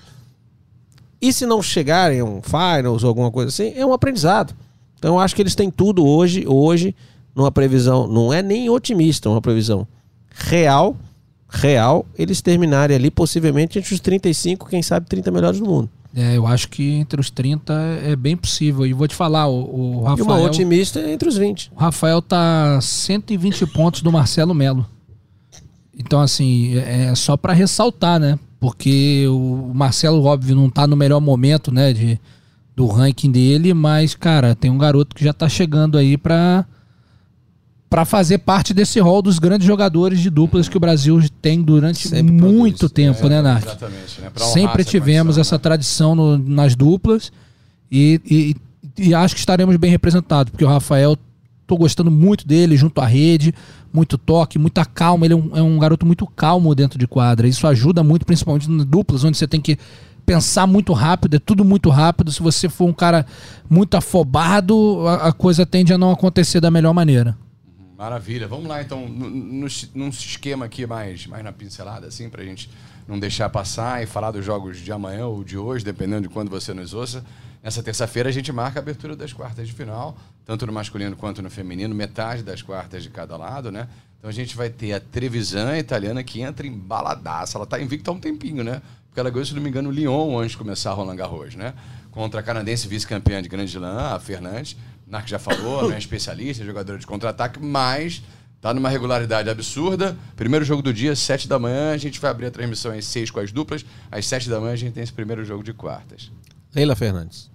E se não chegarem a um finals ou alguma coisa assim, é um aprendizado. Então eu acho que eles têm tudo hoje, hoje, numa previsão, não é nem otimista, uma previsão real, real, eles terminarem ali possivelmente entre os trinta e cinco, quem sabe trinta melhores do mundo. É, eu acho que entre os trinta é bem possível. E vou te falar, o, o Rafael... E uma otimista é entre os vinte. O Rafael tá cento e vinte pontos do Marcelo Melo. Então, assim, é só para ressaltar, né? Porque o Marcelo, óbvio, não tá no melhor momento, né? De, do ranking dele, mas, cara, tem um garoto que já tá chegando aí pra, pra fazer parte desse rol dos grandes jogadores de duplas que o Brasil tem durante Sempre muito produz. tempo, É, né, Narc? Exatamente, né? Pra honrar Sempre essa tivemos condição, essa né? tradição no- nas duplas e, e- e acho que estaremos bem representados, porque o Rafael, tô gostando muito dele junto à rede, muito toque, muita calma, ele é um, é um garoto muito calmo dentro de quadra, isso ajuda muito, principalmente nas duplas, onde você tem que pensar muito rápido, é tudo muito rápido, se você for um cara muito afobado, a, a coisa tende a não acontecer da melhor maneira. Maravilha. Vamos lá, então, no, no, num esquema aqui mais, mais na pincelada, assim, pra gente não deixar passar e falar dos jogos de amanhã ou de hoje, dependendo de quando você nos ouça. Nessa terça-feira a gente marca a abertura das quartas de final, tanto no masculino quanto no feminino, metade das quartas de cada lado, né? Então a gente vai ter a Trevisan italiana que entra embaladaça. Ela tá invicta há um tempinho, né? Porque ela ganhou, se não me engano, o Lyon antes de começar a Roland Garros, né? Contra a canadense vice-campeã de Grand Slam, a Fernandes. Narc já falou, não é especialista, é jogadora de contra-ataque, mas tá numa regularidade absurda. Primeiro jogo do dia, sete da manhã, a gente vai abrir a transmissão às seis com as duplas. Às sete da manhã a gente tem esse primeiro jogo de quartas. Leila Fernandes.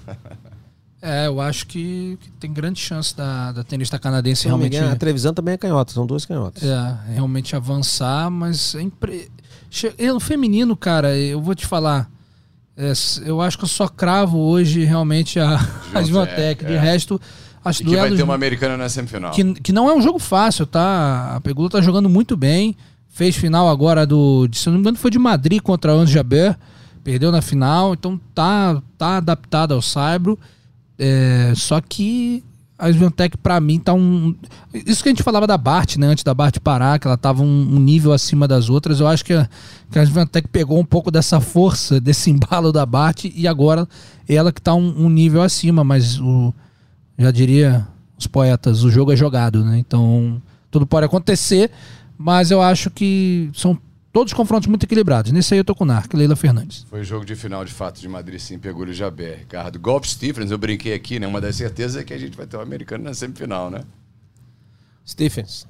É, eu acho que, que tem grande chance da, da tenista canadense Se não me realmente... engano, a Trevisan também é canhota, são duas canhotas. É, realmente avançar, mas é impre... che- eu, feminino, cara, eu vou te falar, é, s- eu acho que eu só cravo hoje realmente a, a Swiatek. é, De é. resto, as E que vai duelos ter uma americana na semifinal. que, que não é um jogo fácil, tá? A Pegula tá jogando muito bem, fez final agora do, de, se eu não me engano, foi de Madrid contra a Ons Jabeur, perdeu na final, então tá, tá adaptado ao Saibro. É, só que a Swiatek pra mim tá um... Isso que a gente falava da Bart, né? Antes da Bart parar, que ela tava um, um nível acima das outras. Eu acho que a, que a Swiatek pegou um pouco dessa força, desse embalo da Bart, e agora ela que tá um, um nível acima, mas o, já diria os poetas, o jogo é jogado, né? Então tudo pode acontecer, mas eu acho que são todos confrontos muito equilibrados. Nesse aí eu tô com o Narc, Leila Fernandes. Foi jogo de final, de fato, de Madrid, sim, pegou o Jabé, Ricardo. Golf Stephens, eu brinquei aqui, né? Uma das certezas é que a gente vai ter um americano na semifinal, né? Stephens.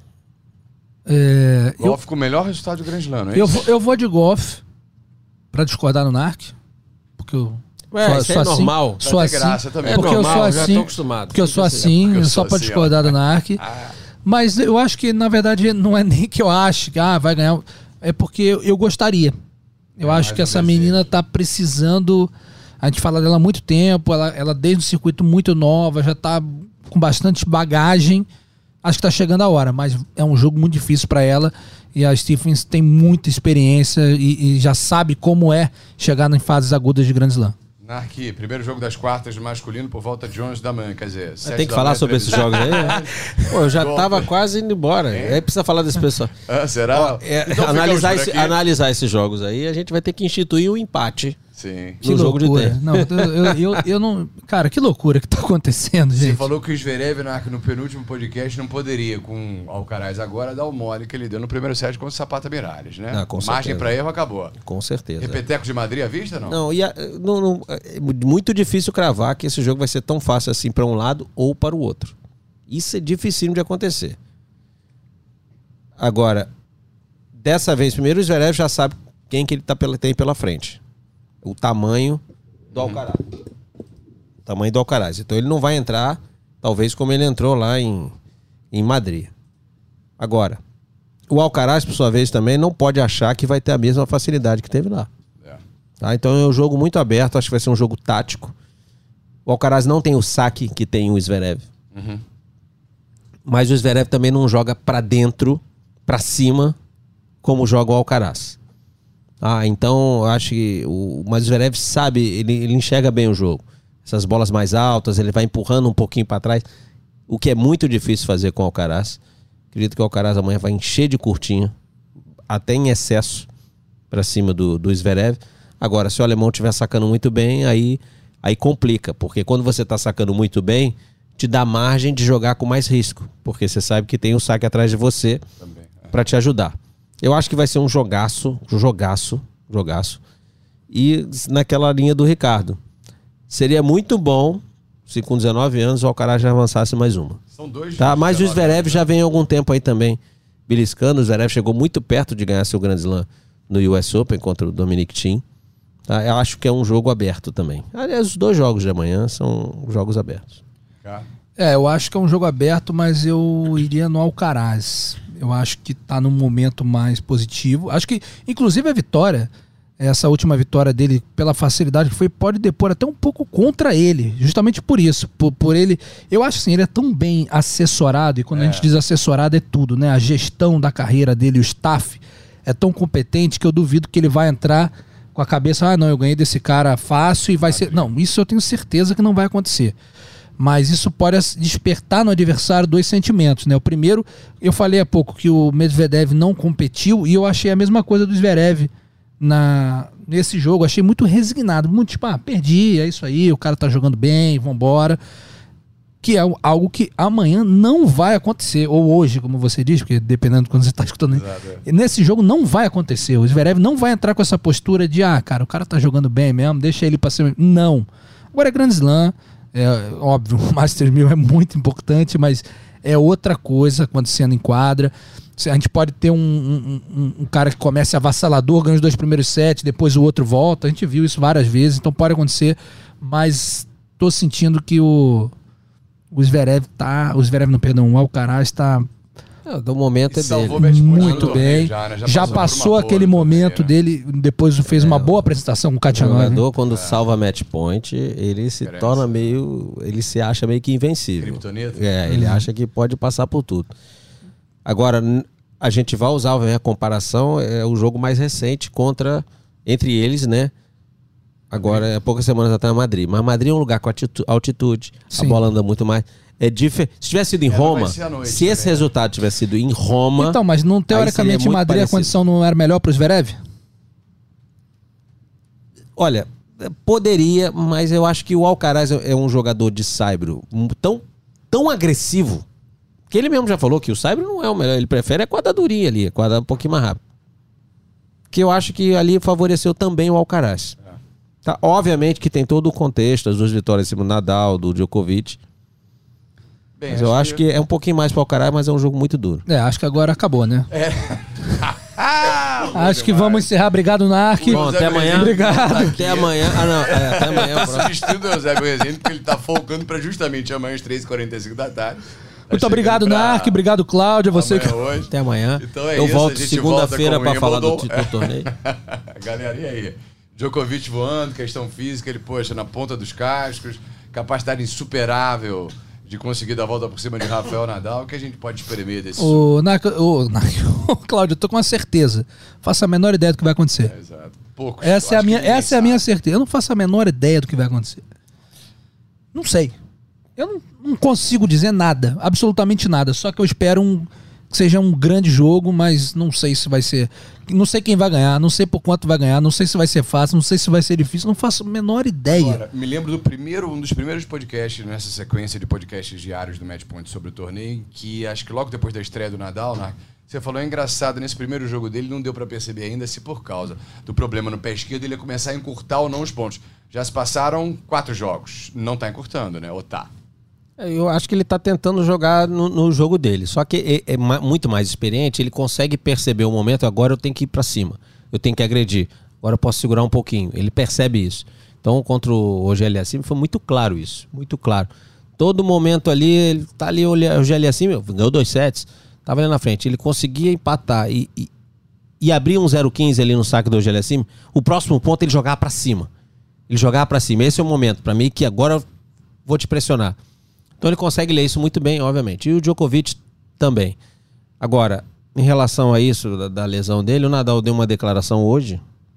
É, eu, Golf com o melhor resultado do Grand Slam, não é eu, isso? vou, eu vou de golfe pra discordar no Narc, porque eu Ué, sou, isso sou é assim, normal. sou Vai ter assim, graça também. É porque normal, eu sou já assim, tô acostumado. porque eu sou Fica assim. assim, porque eu só sou pra assim, discordar ó. do Narc. Mas eu acho que, na verdade, não é nem que eu acho que ah, vai ganhar. É porque eu, eu gostaria. Eu É acho mais que um essa desejo. menina tá precisando. A gente fala dela há muito tempo, ela, ela desde o circuito muito nova, já tá com bastante bagagem. Acho que tá chegando a hora, mas é um jogo muito difícil para ela. E a Stephens tem muita experiência e, e já sabe como é chegar em fases agudas de Grand Slam. Narc, primeiro jogo das quartas do masculino por volta de onze da manhã, quer dizer... sete Tem que da falar manhã, sobre esses televisão. jogos aí? Pô, eu já tava quase indo embora. Aí precisa falar desse pessoal. Ah, será? Ó, é, Então ficamos analisar, por esse- aqui. analisar esses jogos aí, a gente vai ter que instituir um empate. Sim. Que No jogo de loucura. tênis. Não, eu, eu, eu, eu não. Cara, que loucura que tá acontecendo, Você gente. falou que o Zverev, Narc, no penúltimo podcast, não poderia, com o Alcaraz agora, dar o mole que ele deu no primeiro set contra o Sapata Miralles, né? Ah, com Margem certeza. pra erro, acabou. Com certeza. Repeteco de Madrid à vista, não? Não, e a- não, não, é muito difícil cravar que esse jogo vai ser tão fácil assim para um lado ou para o outro. Isso é difícil de acontecer. Agora, dessa vez, primeiro o Zverev já sabe quem que ele tá pela, tem pela frente. O tamanho do Alcaraz. O tamanho do Alcaraz. Então ele não vai entrar, talvez como ele entrou lá em, em Madrid. Agora, o Alcaraz, por sua vez, também não pode achar que vai ter a mesma facilidade que teve lá. É. Tá? Então é um jogo muito aberto, acho que vai ser um jogo tático. O Alcaraz não tem o saque que tem o Zverev. Uhum. Mas o Zverev também não joga pra dentro, pra cima, como joga o Alcaraz. Ah, então eu acho que o mas o Zverev sabe, ele, ele enxerga bem o jogo. Essas bolas mais altas, ele vai empurrando um pouquinho pra trás, o que é muito difícil fazer com o Alcaraz. Acredito que o Alcaraz amanhã vai encher de curtinha, até em excesso, pra cima do, do Zverev. Agora, se o alemão estiver sacando muito bem, aí, aí complica, porque quando você tá sacando muito bem, te dá margem de jogar com mais risco, porque você sabe que tem o saque atrás de você Também. É. pra te ajudar. Eu acho que vai ser um jogaço, jogaço, jogaço. E naquela linha do Ricardo. Seria muito bom se com dezenove anos o Alcaraz já avançasse mais uma. São dois. Tá? Mas o dezenove Zverev anos, já né? vem há algum tempo aí também beliscando. O Zverev chegou muito perto de ganhar seu Grand Slam no U S Open contra o Dominic Thiem. Tá? Eu acho que é um jogo aberto também. Aliás, os dois jogos de amanhã são jogos abertos. É, eu acho que é um jogo aberto, mas eu iria no Alcaraz. Eu acho que tá num momento mais positivo. Acho que, inclusive, a vitória, essa última vitória dele, pela facilidade que foi, pode depor até um pouco contra ele. Justamente por isso. Por, por ele. Eu acho assim, ele é tão bem assessorado, e quando é. a gente diz assessorado é tudo, né? A gestão da carreira dele, o staff, é tão competente que eu duvido que ele vai entrar com a cabeça, ah, não, eu ganhei desse cara fácil e vai ah, ser... Não, isso eu tenho certeza que não vai acontecer. Mas isso pode despertar no adversário dois sentimentos, né? O primeiro, eu falei há pouco que o Medvedev não competiu e eu achei a mesma coisa do Zverev na, nesse jogo. Achei muito resignado, muito tipo, ah, perdi, é isso aí, o cara tá jogando bem, vambora. Que é algo que amanhã não vai acontecer, ou hoje, como você diz, porque dependendo de quando você está escutando. Exato, é. Nesse jogo não vai acontecer. O Zverev não vai entrar com essa postura de, ah, cara, o cara tá jogando bem mesmo, deixa ele para cima. Não. Agora é Grand Slam. É, óbvio, o Masters mil é muito importante, mas é outra coisa acontecendo em quadra. A gente pode ter um, um, um, um cara que começa avassalador, ganha os dois primeiros sets, depois o outro volta. A gente viu isso várias vezes, então pode acontecer, mas tô sentindo que o, o Zverev tá. O Zverev, não, perdão, o Alcaraz tá. É, do momento é dele. Muito bem. Já, né? já, já passou, passou aquele momento também, né? dele, depois fez é, uma boa apresentação com o Khachanov. O jogador, quando é. salva match point, ele se Diferença. torna meio. Ele se acha meio que invencível. É, ele uhum. acha que pode passar por tudo. Agora, a gente vai usar a comparação, é o jogo mais recente contra. Entre eles, né? Agora, há poucas semanas até na Madrid. Mas Madrid é um lugar com altitude, Sim. a bola anda muito mais. É difer... Se tivesse sido em é, Roma, noite, se esse também. resultado tivesse sido em Roma... Então, mas não, teoricamente em Madrid parecido. a condição não era melhor para o Zverev? Olha, poderia, mas eu acho que o Alcaraz é um jogador de saibro tão, tão agressivo, que ele mesmo já falou que o saibro não é o melhor, ele prefere a quadra durinha ali, a quadra um pouquinho mais rápido. Que eu acho que ali favoreceu também o Alcaraz. É. Tá? Obviamente que tem todo o contexto, as duas vitórias em cima do Nadal, do Djokovic... Bem, mas eu acho que... que é um pouquinho mais para o caralho, mas é um jogo muito duro. É, acho que agora acabou, né? É. acho que vamos encerrar. Obrigado, Narc. Bom, até amanhã. Obrigado. Até amanhã. Ah, não. É, até amanhã. Tá substituindo o Zé Goiazinho, porque ele tá focando para justamente amanhã às três e quarenta e cinco da tarde. Tá muito obrigado, pra... Narc. Obrigado, Cláudio. Você que... hoje. Até amanhã. Então é eu isso, volto segunda-feira para falar do, do torneio. Galerinha aí. Djokovic voando, questão física, ele, poxa, na ponta dos cascos, capacidade insuperável de conseguir dar a volta por cima de Rafael Nadal. O que a gente pode espremer desse o Narc, o, o Cláudio, eu tô com uma certeza. Faço a menor ideia do que vai acontecer. É, exato. Poucos, essa é a minha, essa é a minha certeza. Eu não faço a menor ideia do que vai acontecer. Não sei. Eu não, não consigo dizer nada, absolutamente nada. Só que eu espero um, que seja um grande jogo, mas não sei se vai ser... Não sei quem vai ganhar, não sei por quanto vai ganhar, não sei se vai ser fácil, não sei se vai ser difícil, não faço a menor ideia. Agora, me lembro do primeiro, um dos primeiros podcasts, nessa sequência de podcasts diários do Match Point sobre o torneio, que acho que logo depois da estreia do Nadal, né, você falou, é engraçado, nesse primeiro jogo dele não deu pra perceber ainda se por causa do problema no pé esquerdo ele ia começar a encurtar ou não os pontos. Já se passaram quatro jogos, não tá encurtando, né? Ou tá? Eu acho que ele tá tentando jogar no, no jogo dele. Só que é, é muito mais experiente, ele consegue perceber o momento, agora eu tenho que ir pra cima. Eu tenho que agredir. Agora eu posso segurar um pouquinho. Ele percebe isso. Então, contra o Auger Aliassime foi muito claro isso. Muito claro. Todo momento ali, ele tá ali, o Auger Aliassime ganhou dois sets, tava ali na frente. Ele conseguia empatar e, e, e abrir um zero quinze ali no saque do Auger Aliassime. O próximo ponto ele jogava pra cima. Ele jogava pra cima. Esse é o momento pra mim que agora eu vou te pressionar. Então ele consegue ler isso muito bem, obviamente. E o Djokovic também. Agora, em relação a isso, da, da lesão dele, o Nadal deu uma declaração hoje,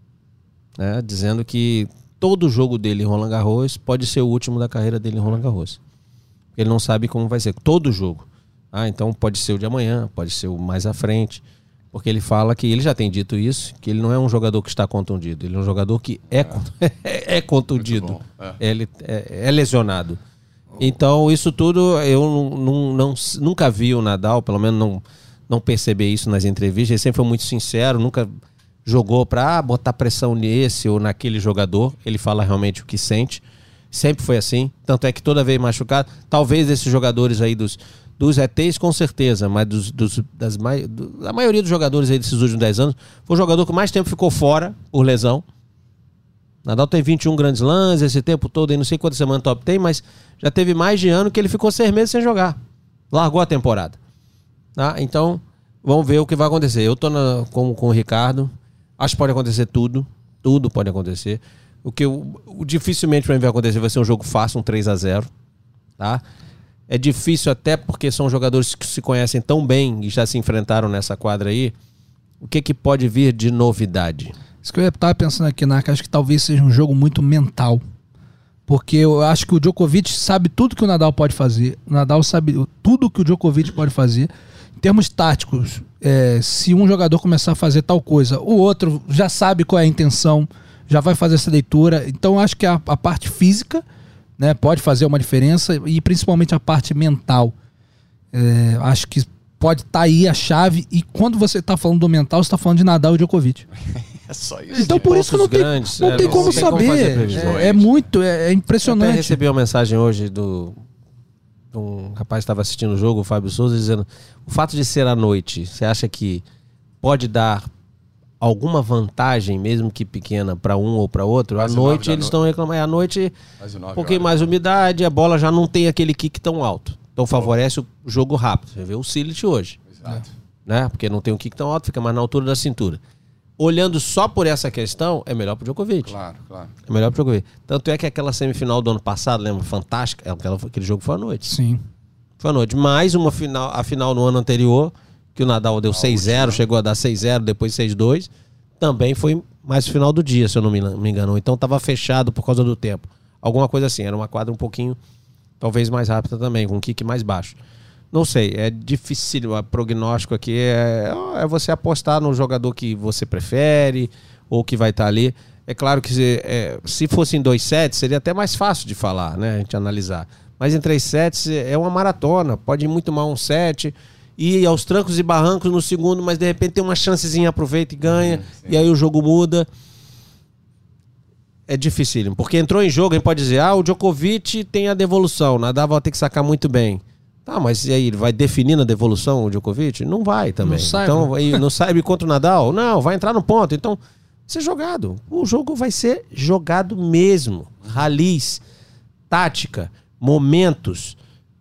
né, dizendo que todo jogo dele em Roland Garros pode ser o último da carreira dele em Roland Garros. Ele não sabe como vai ser. Todo jogo. Ah, então pode ser o de amanhã, pode ser o mais à frente. Porque ele fala que, ele já tem dito isso, que ele não é um jogador que está contundido. Ele é um jogador que é, é. é contundido. É. Ele é, é lesionado. Então, isso tudo, eu não, não, não, nunca vi o Nadal, pelo menos não, não perceber isso nas entrevistas. Ele sempre foi muito sincero, nunca jogou para ah, botar pressão nesse ou naquele jogador. Ele fala realmente o que sente. Sempre foi assim. Tanto é que toda vez machucado, talvez esses jogadores aí dos, dos E Tês, com certeza, mas dos, dos, das, do, a maioria dos jogadores aí desses últimos dez anos, foi o jogador que mais tempo ficou fora por lesão. Nadal tem vinte e um grandes lãs, esse tempo todo, aí não sei quantas semanas top tem, mas já teve mais de ano que ele ficou seis meses sem jogar. Largou a temporada. Tá? Então, vamos ver o que vai acontecer. Eu tô na, com, com o Ricardo, acho que pode acontecer tudo, tudo pode acontecer. O que eu, o, dificilmente para mim vai acontecer vai ser um jogo fácil, um três a zero. Tá? É difícil até porque são jogadores que se conhecem tão bem e já se enfrentaram nessa quadra aí. O que, que pode vir de novidade? Isso que eu estava pensando aqui, Narca, acho que talvez seja um jogo muito mental. Porque eu acho que o Djokovic sabe tudo que o Nadal pode fazer. O Nadal sabe tudo que o Djokovic pode fazer. Em termos táticos, é, se um jogador começar a fazer tal coisa, o outro já sabe qual é a intenção, já vai fazer essa leitura. Então acho que a, a parte física, né, pode fazer uma diferença e principalmente a parte mental. É, acho que pode estar tá aí a chave. E quando você está falando do mental, você está falando de Nadal e Djokovic. É só isso. Então por isso que não tem, grandes, não é, tem não como tem saber. como é, é muito, é, é impressionante. Eu até recebi uma mensagem hoje do um rapaz que estava assistindo o jogo, o Fábio Souza, dizendo: o fato de ser à noite, você acha que pode dar alguma vantagem, mesmo que pequena, para um ou para outro? À noite eles estão reclamando. É, à noite, um pouquinho mais umidade, a bola já não tem aquele kick tão alto. Então favorece o jogo rápido. Você vê o Cilic hoje. Exato. Né? Porque não tem um kick tão alto, fica mais na altura da cintura. Olhando só por essa questão, é melhor pro Djokovic. Claro, claro. É melhor pro Djokovic. Tanto é que aquela semifinal do ano passado, lembra? Fantástica. Aquela, aquele jogo foi à noite. Sim. Foi à noite. Mais uma final, a final no ano anterior, que o Nadal deu seis a zero, chegou a dar seis a zero, depois seis a dois. Também foi mais final do dia, se eu não me, me engano. Então estava fechado por causa do tempo. Alguma coisa assim. Era uma quadra um pouquinho, talvez mais rápida também, com um kick mais baixo. Não sei, é difícil. O prognóstico aqui é, é você apostar no jogador que você prefere ou que vai estar ali. É claro que se, é, se fosse em dois sets, seria até mais fácil de falar, né? A gente analisar. Mas em três sets é uma maratona. Pode ir muito mal um set, ir aos trancos e barrancos no segundo, mas de repente tem uma chancezinha, aproveita e ganha, sim, sim. E aí o jogo muda. É dificílimo, porque entrou em jogo, a gente pode dizer: ah, o Djokovic tem a devolução, o Nadal vai ter que sacar muito bem. Tá, mas e aí, ele vai definir na devolução o Djokovic? Não vai também. Não então, aí, não sabe contra o Nadal? Não, vai entrar no ponto. Então, vai ser jogado. O jogo vai ser jogado mesmo. Ralis, tática, momentos,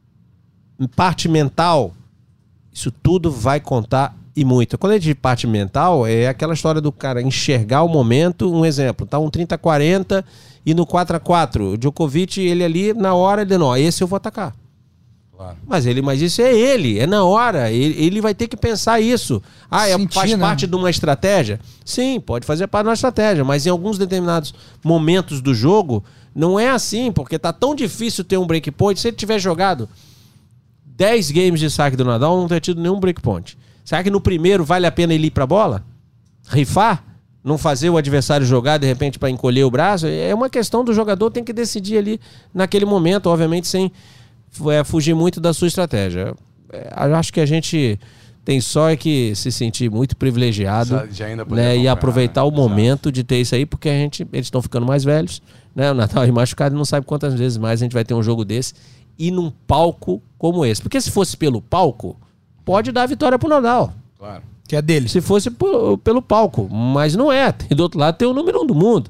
parte mental. Isso tudo vai contar e muito. Quando a gente diz parte mental, é aquela história do cara enxergar o momento. Um exemplo, tá um trinta a quarenta e no quatro a quatro. O Djokovic, ele ali, na hora, ele não, esse eu vou atacar. Claro. Mas, ele, mas isso é ele, é na hora, ele, ele vai ter que pensar isso. Ah, é, Sentir, faz né? parte de uma estratégia? Sim, pode fazer parte de uma estratégia, mas em alguns determinados momentos do jogo, não é assim, porque tá tão difícil ter um breakpoint. Se ele tiver jogado dez games de saque do Nadal, não ter tido nenhum breakpoint. Será que no primeiro vale a pena ele ir pra bola? Rifar? Não fazer o adversário jogar, de repente, para encolher o braço? É uma questão do jogador, tem que decidir ali naquele momento, obviamente, sem... É fugir muito da sua estratégia. É, acho que a gente tem só é que se sentir muito privilegiado, né, e aproveitar, né? O momento de ter isso aí, porque a gente, eles estão ficando mais velhos, né? O Nadal é machucado e não sabe quantas vezes mais a gente vai ter um jogo desse e num palco como esse. Porque se fosse pelo palco, pode dar a vitória pro Nadal. Claro. Que é dele. Se fosse por, pelo palco, mas não é. E do outro lado tem o número um do mundo.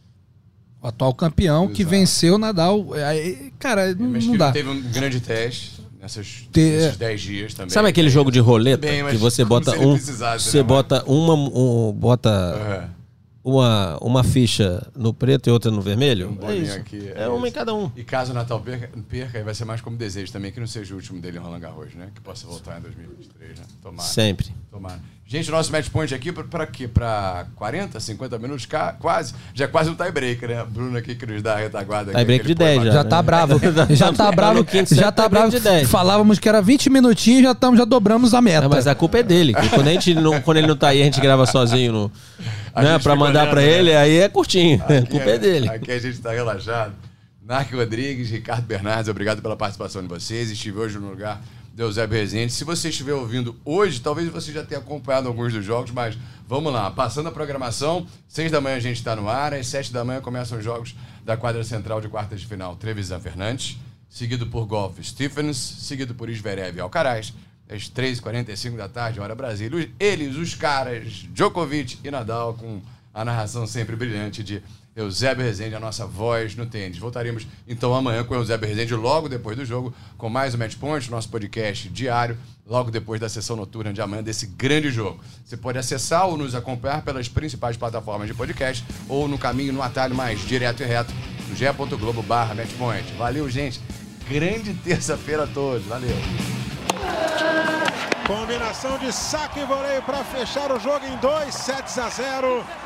O atual campeão. Exato. Que venceu o Nadal. Aí, cara, não, não dá. Teve um grande teste nessas, Te... nesses dez dias também. Sabe aquele jogo de roleta? Bem, que você bota um. Você né, bota uma. Um, bota uhum. uma, uma ficha no preto e outra no vermelho? Um é isso. Aqui, é, é uma em cada um. E caso o Natal perca, perca, vai ser mais como desejo também, que não seja o último dele em Roland Garros, né? Que possa voltar em dois mil e vinte e três, né? Tomara. Sempre. Tomara. Gente, nosso match point aqui para quê? Para quarenta, cinquenta minutos? Quase. Já é quase um tie break, né? Bruno aqui que nos dá a retaguarda. Tie break de dez já. Já tá bravo. Já tá bravo. Já tá bravo. Falávamos que era vinte minutinhos, já, tamo, já dobramos a meta. É, mas a culpa é dele. Que quando, a gente não, quando ele não tá aí, a gente grava sozinho no, né, para mandar para ele, né? Aí é curtinho. Aqui, a culpa é dele. Aqui a gente tá relaxado. Narc Rodrigues, Ricardo Bernardes, obrigado pela participação de vocês. Estive hoje no lugar do Eusébio Rezende. Se você estiver ouvindo hoje, talvez você já tenha acompanhado alguns dos jogos, mas vamos lá. Passando a programação, seis da manhã a gente está no ar, às sete da manhã começam os jogos da quadra central de quartas de final, Trevisan Fernandes, seguido por Golf Stephens, seguido por Zverev e Alcaraz, às três e quarenta e cinco da tarde, hora Brasília. Eles, os caras, Djokovic e Nadal, com a narração sempre brilhante de Eusébio Rezende, a nossa voz no tênis. Voltaremos então amanhã com o Eusébio Rezende, logo depois do jogo, com mais o Match Point, nosso podcast diário, logo depois da sessão noturna de amanhã desse grande jogo. Você pode acessar ou nos acompanhar pelas principais plataformas de podcast ou no caminho, no atalho mais direto e reto, no ge ponto globo barra matchpoint. Valeu, gente. Grande terça-feira a todos. Valeu. Combinação de saque e voleio para fechar o jogo em dois sets a zero.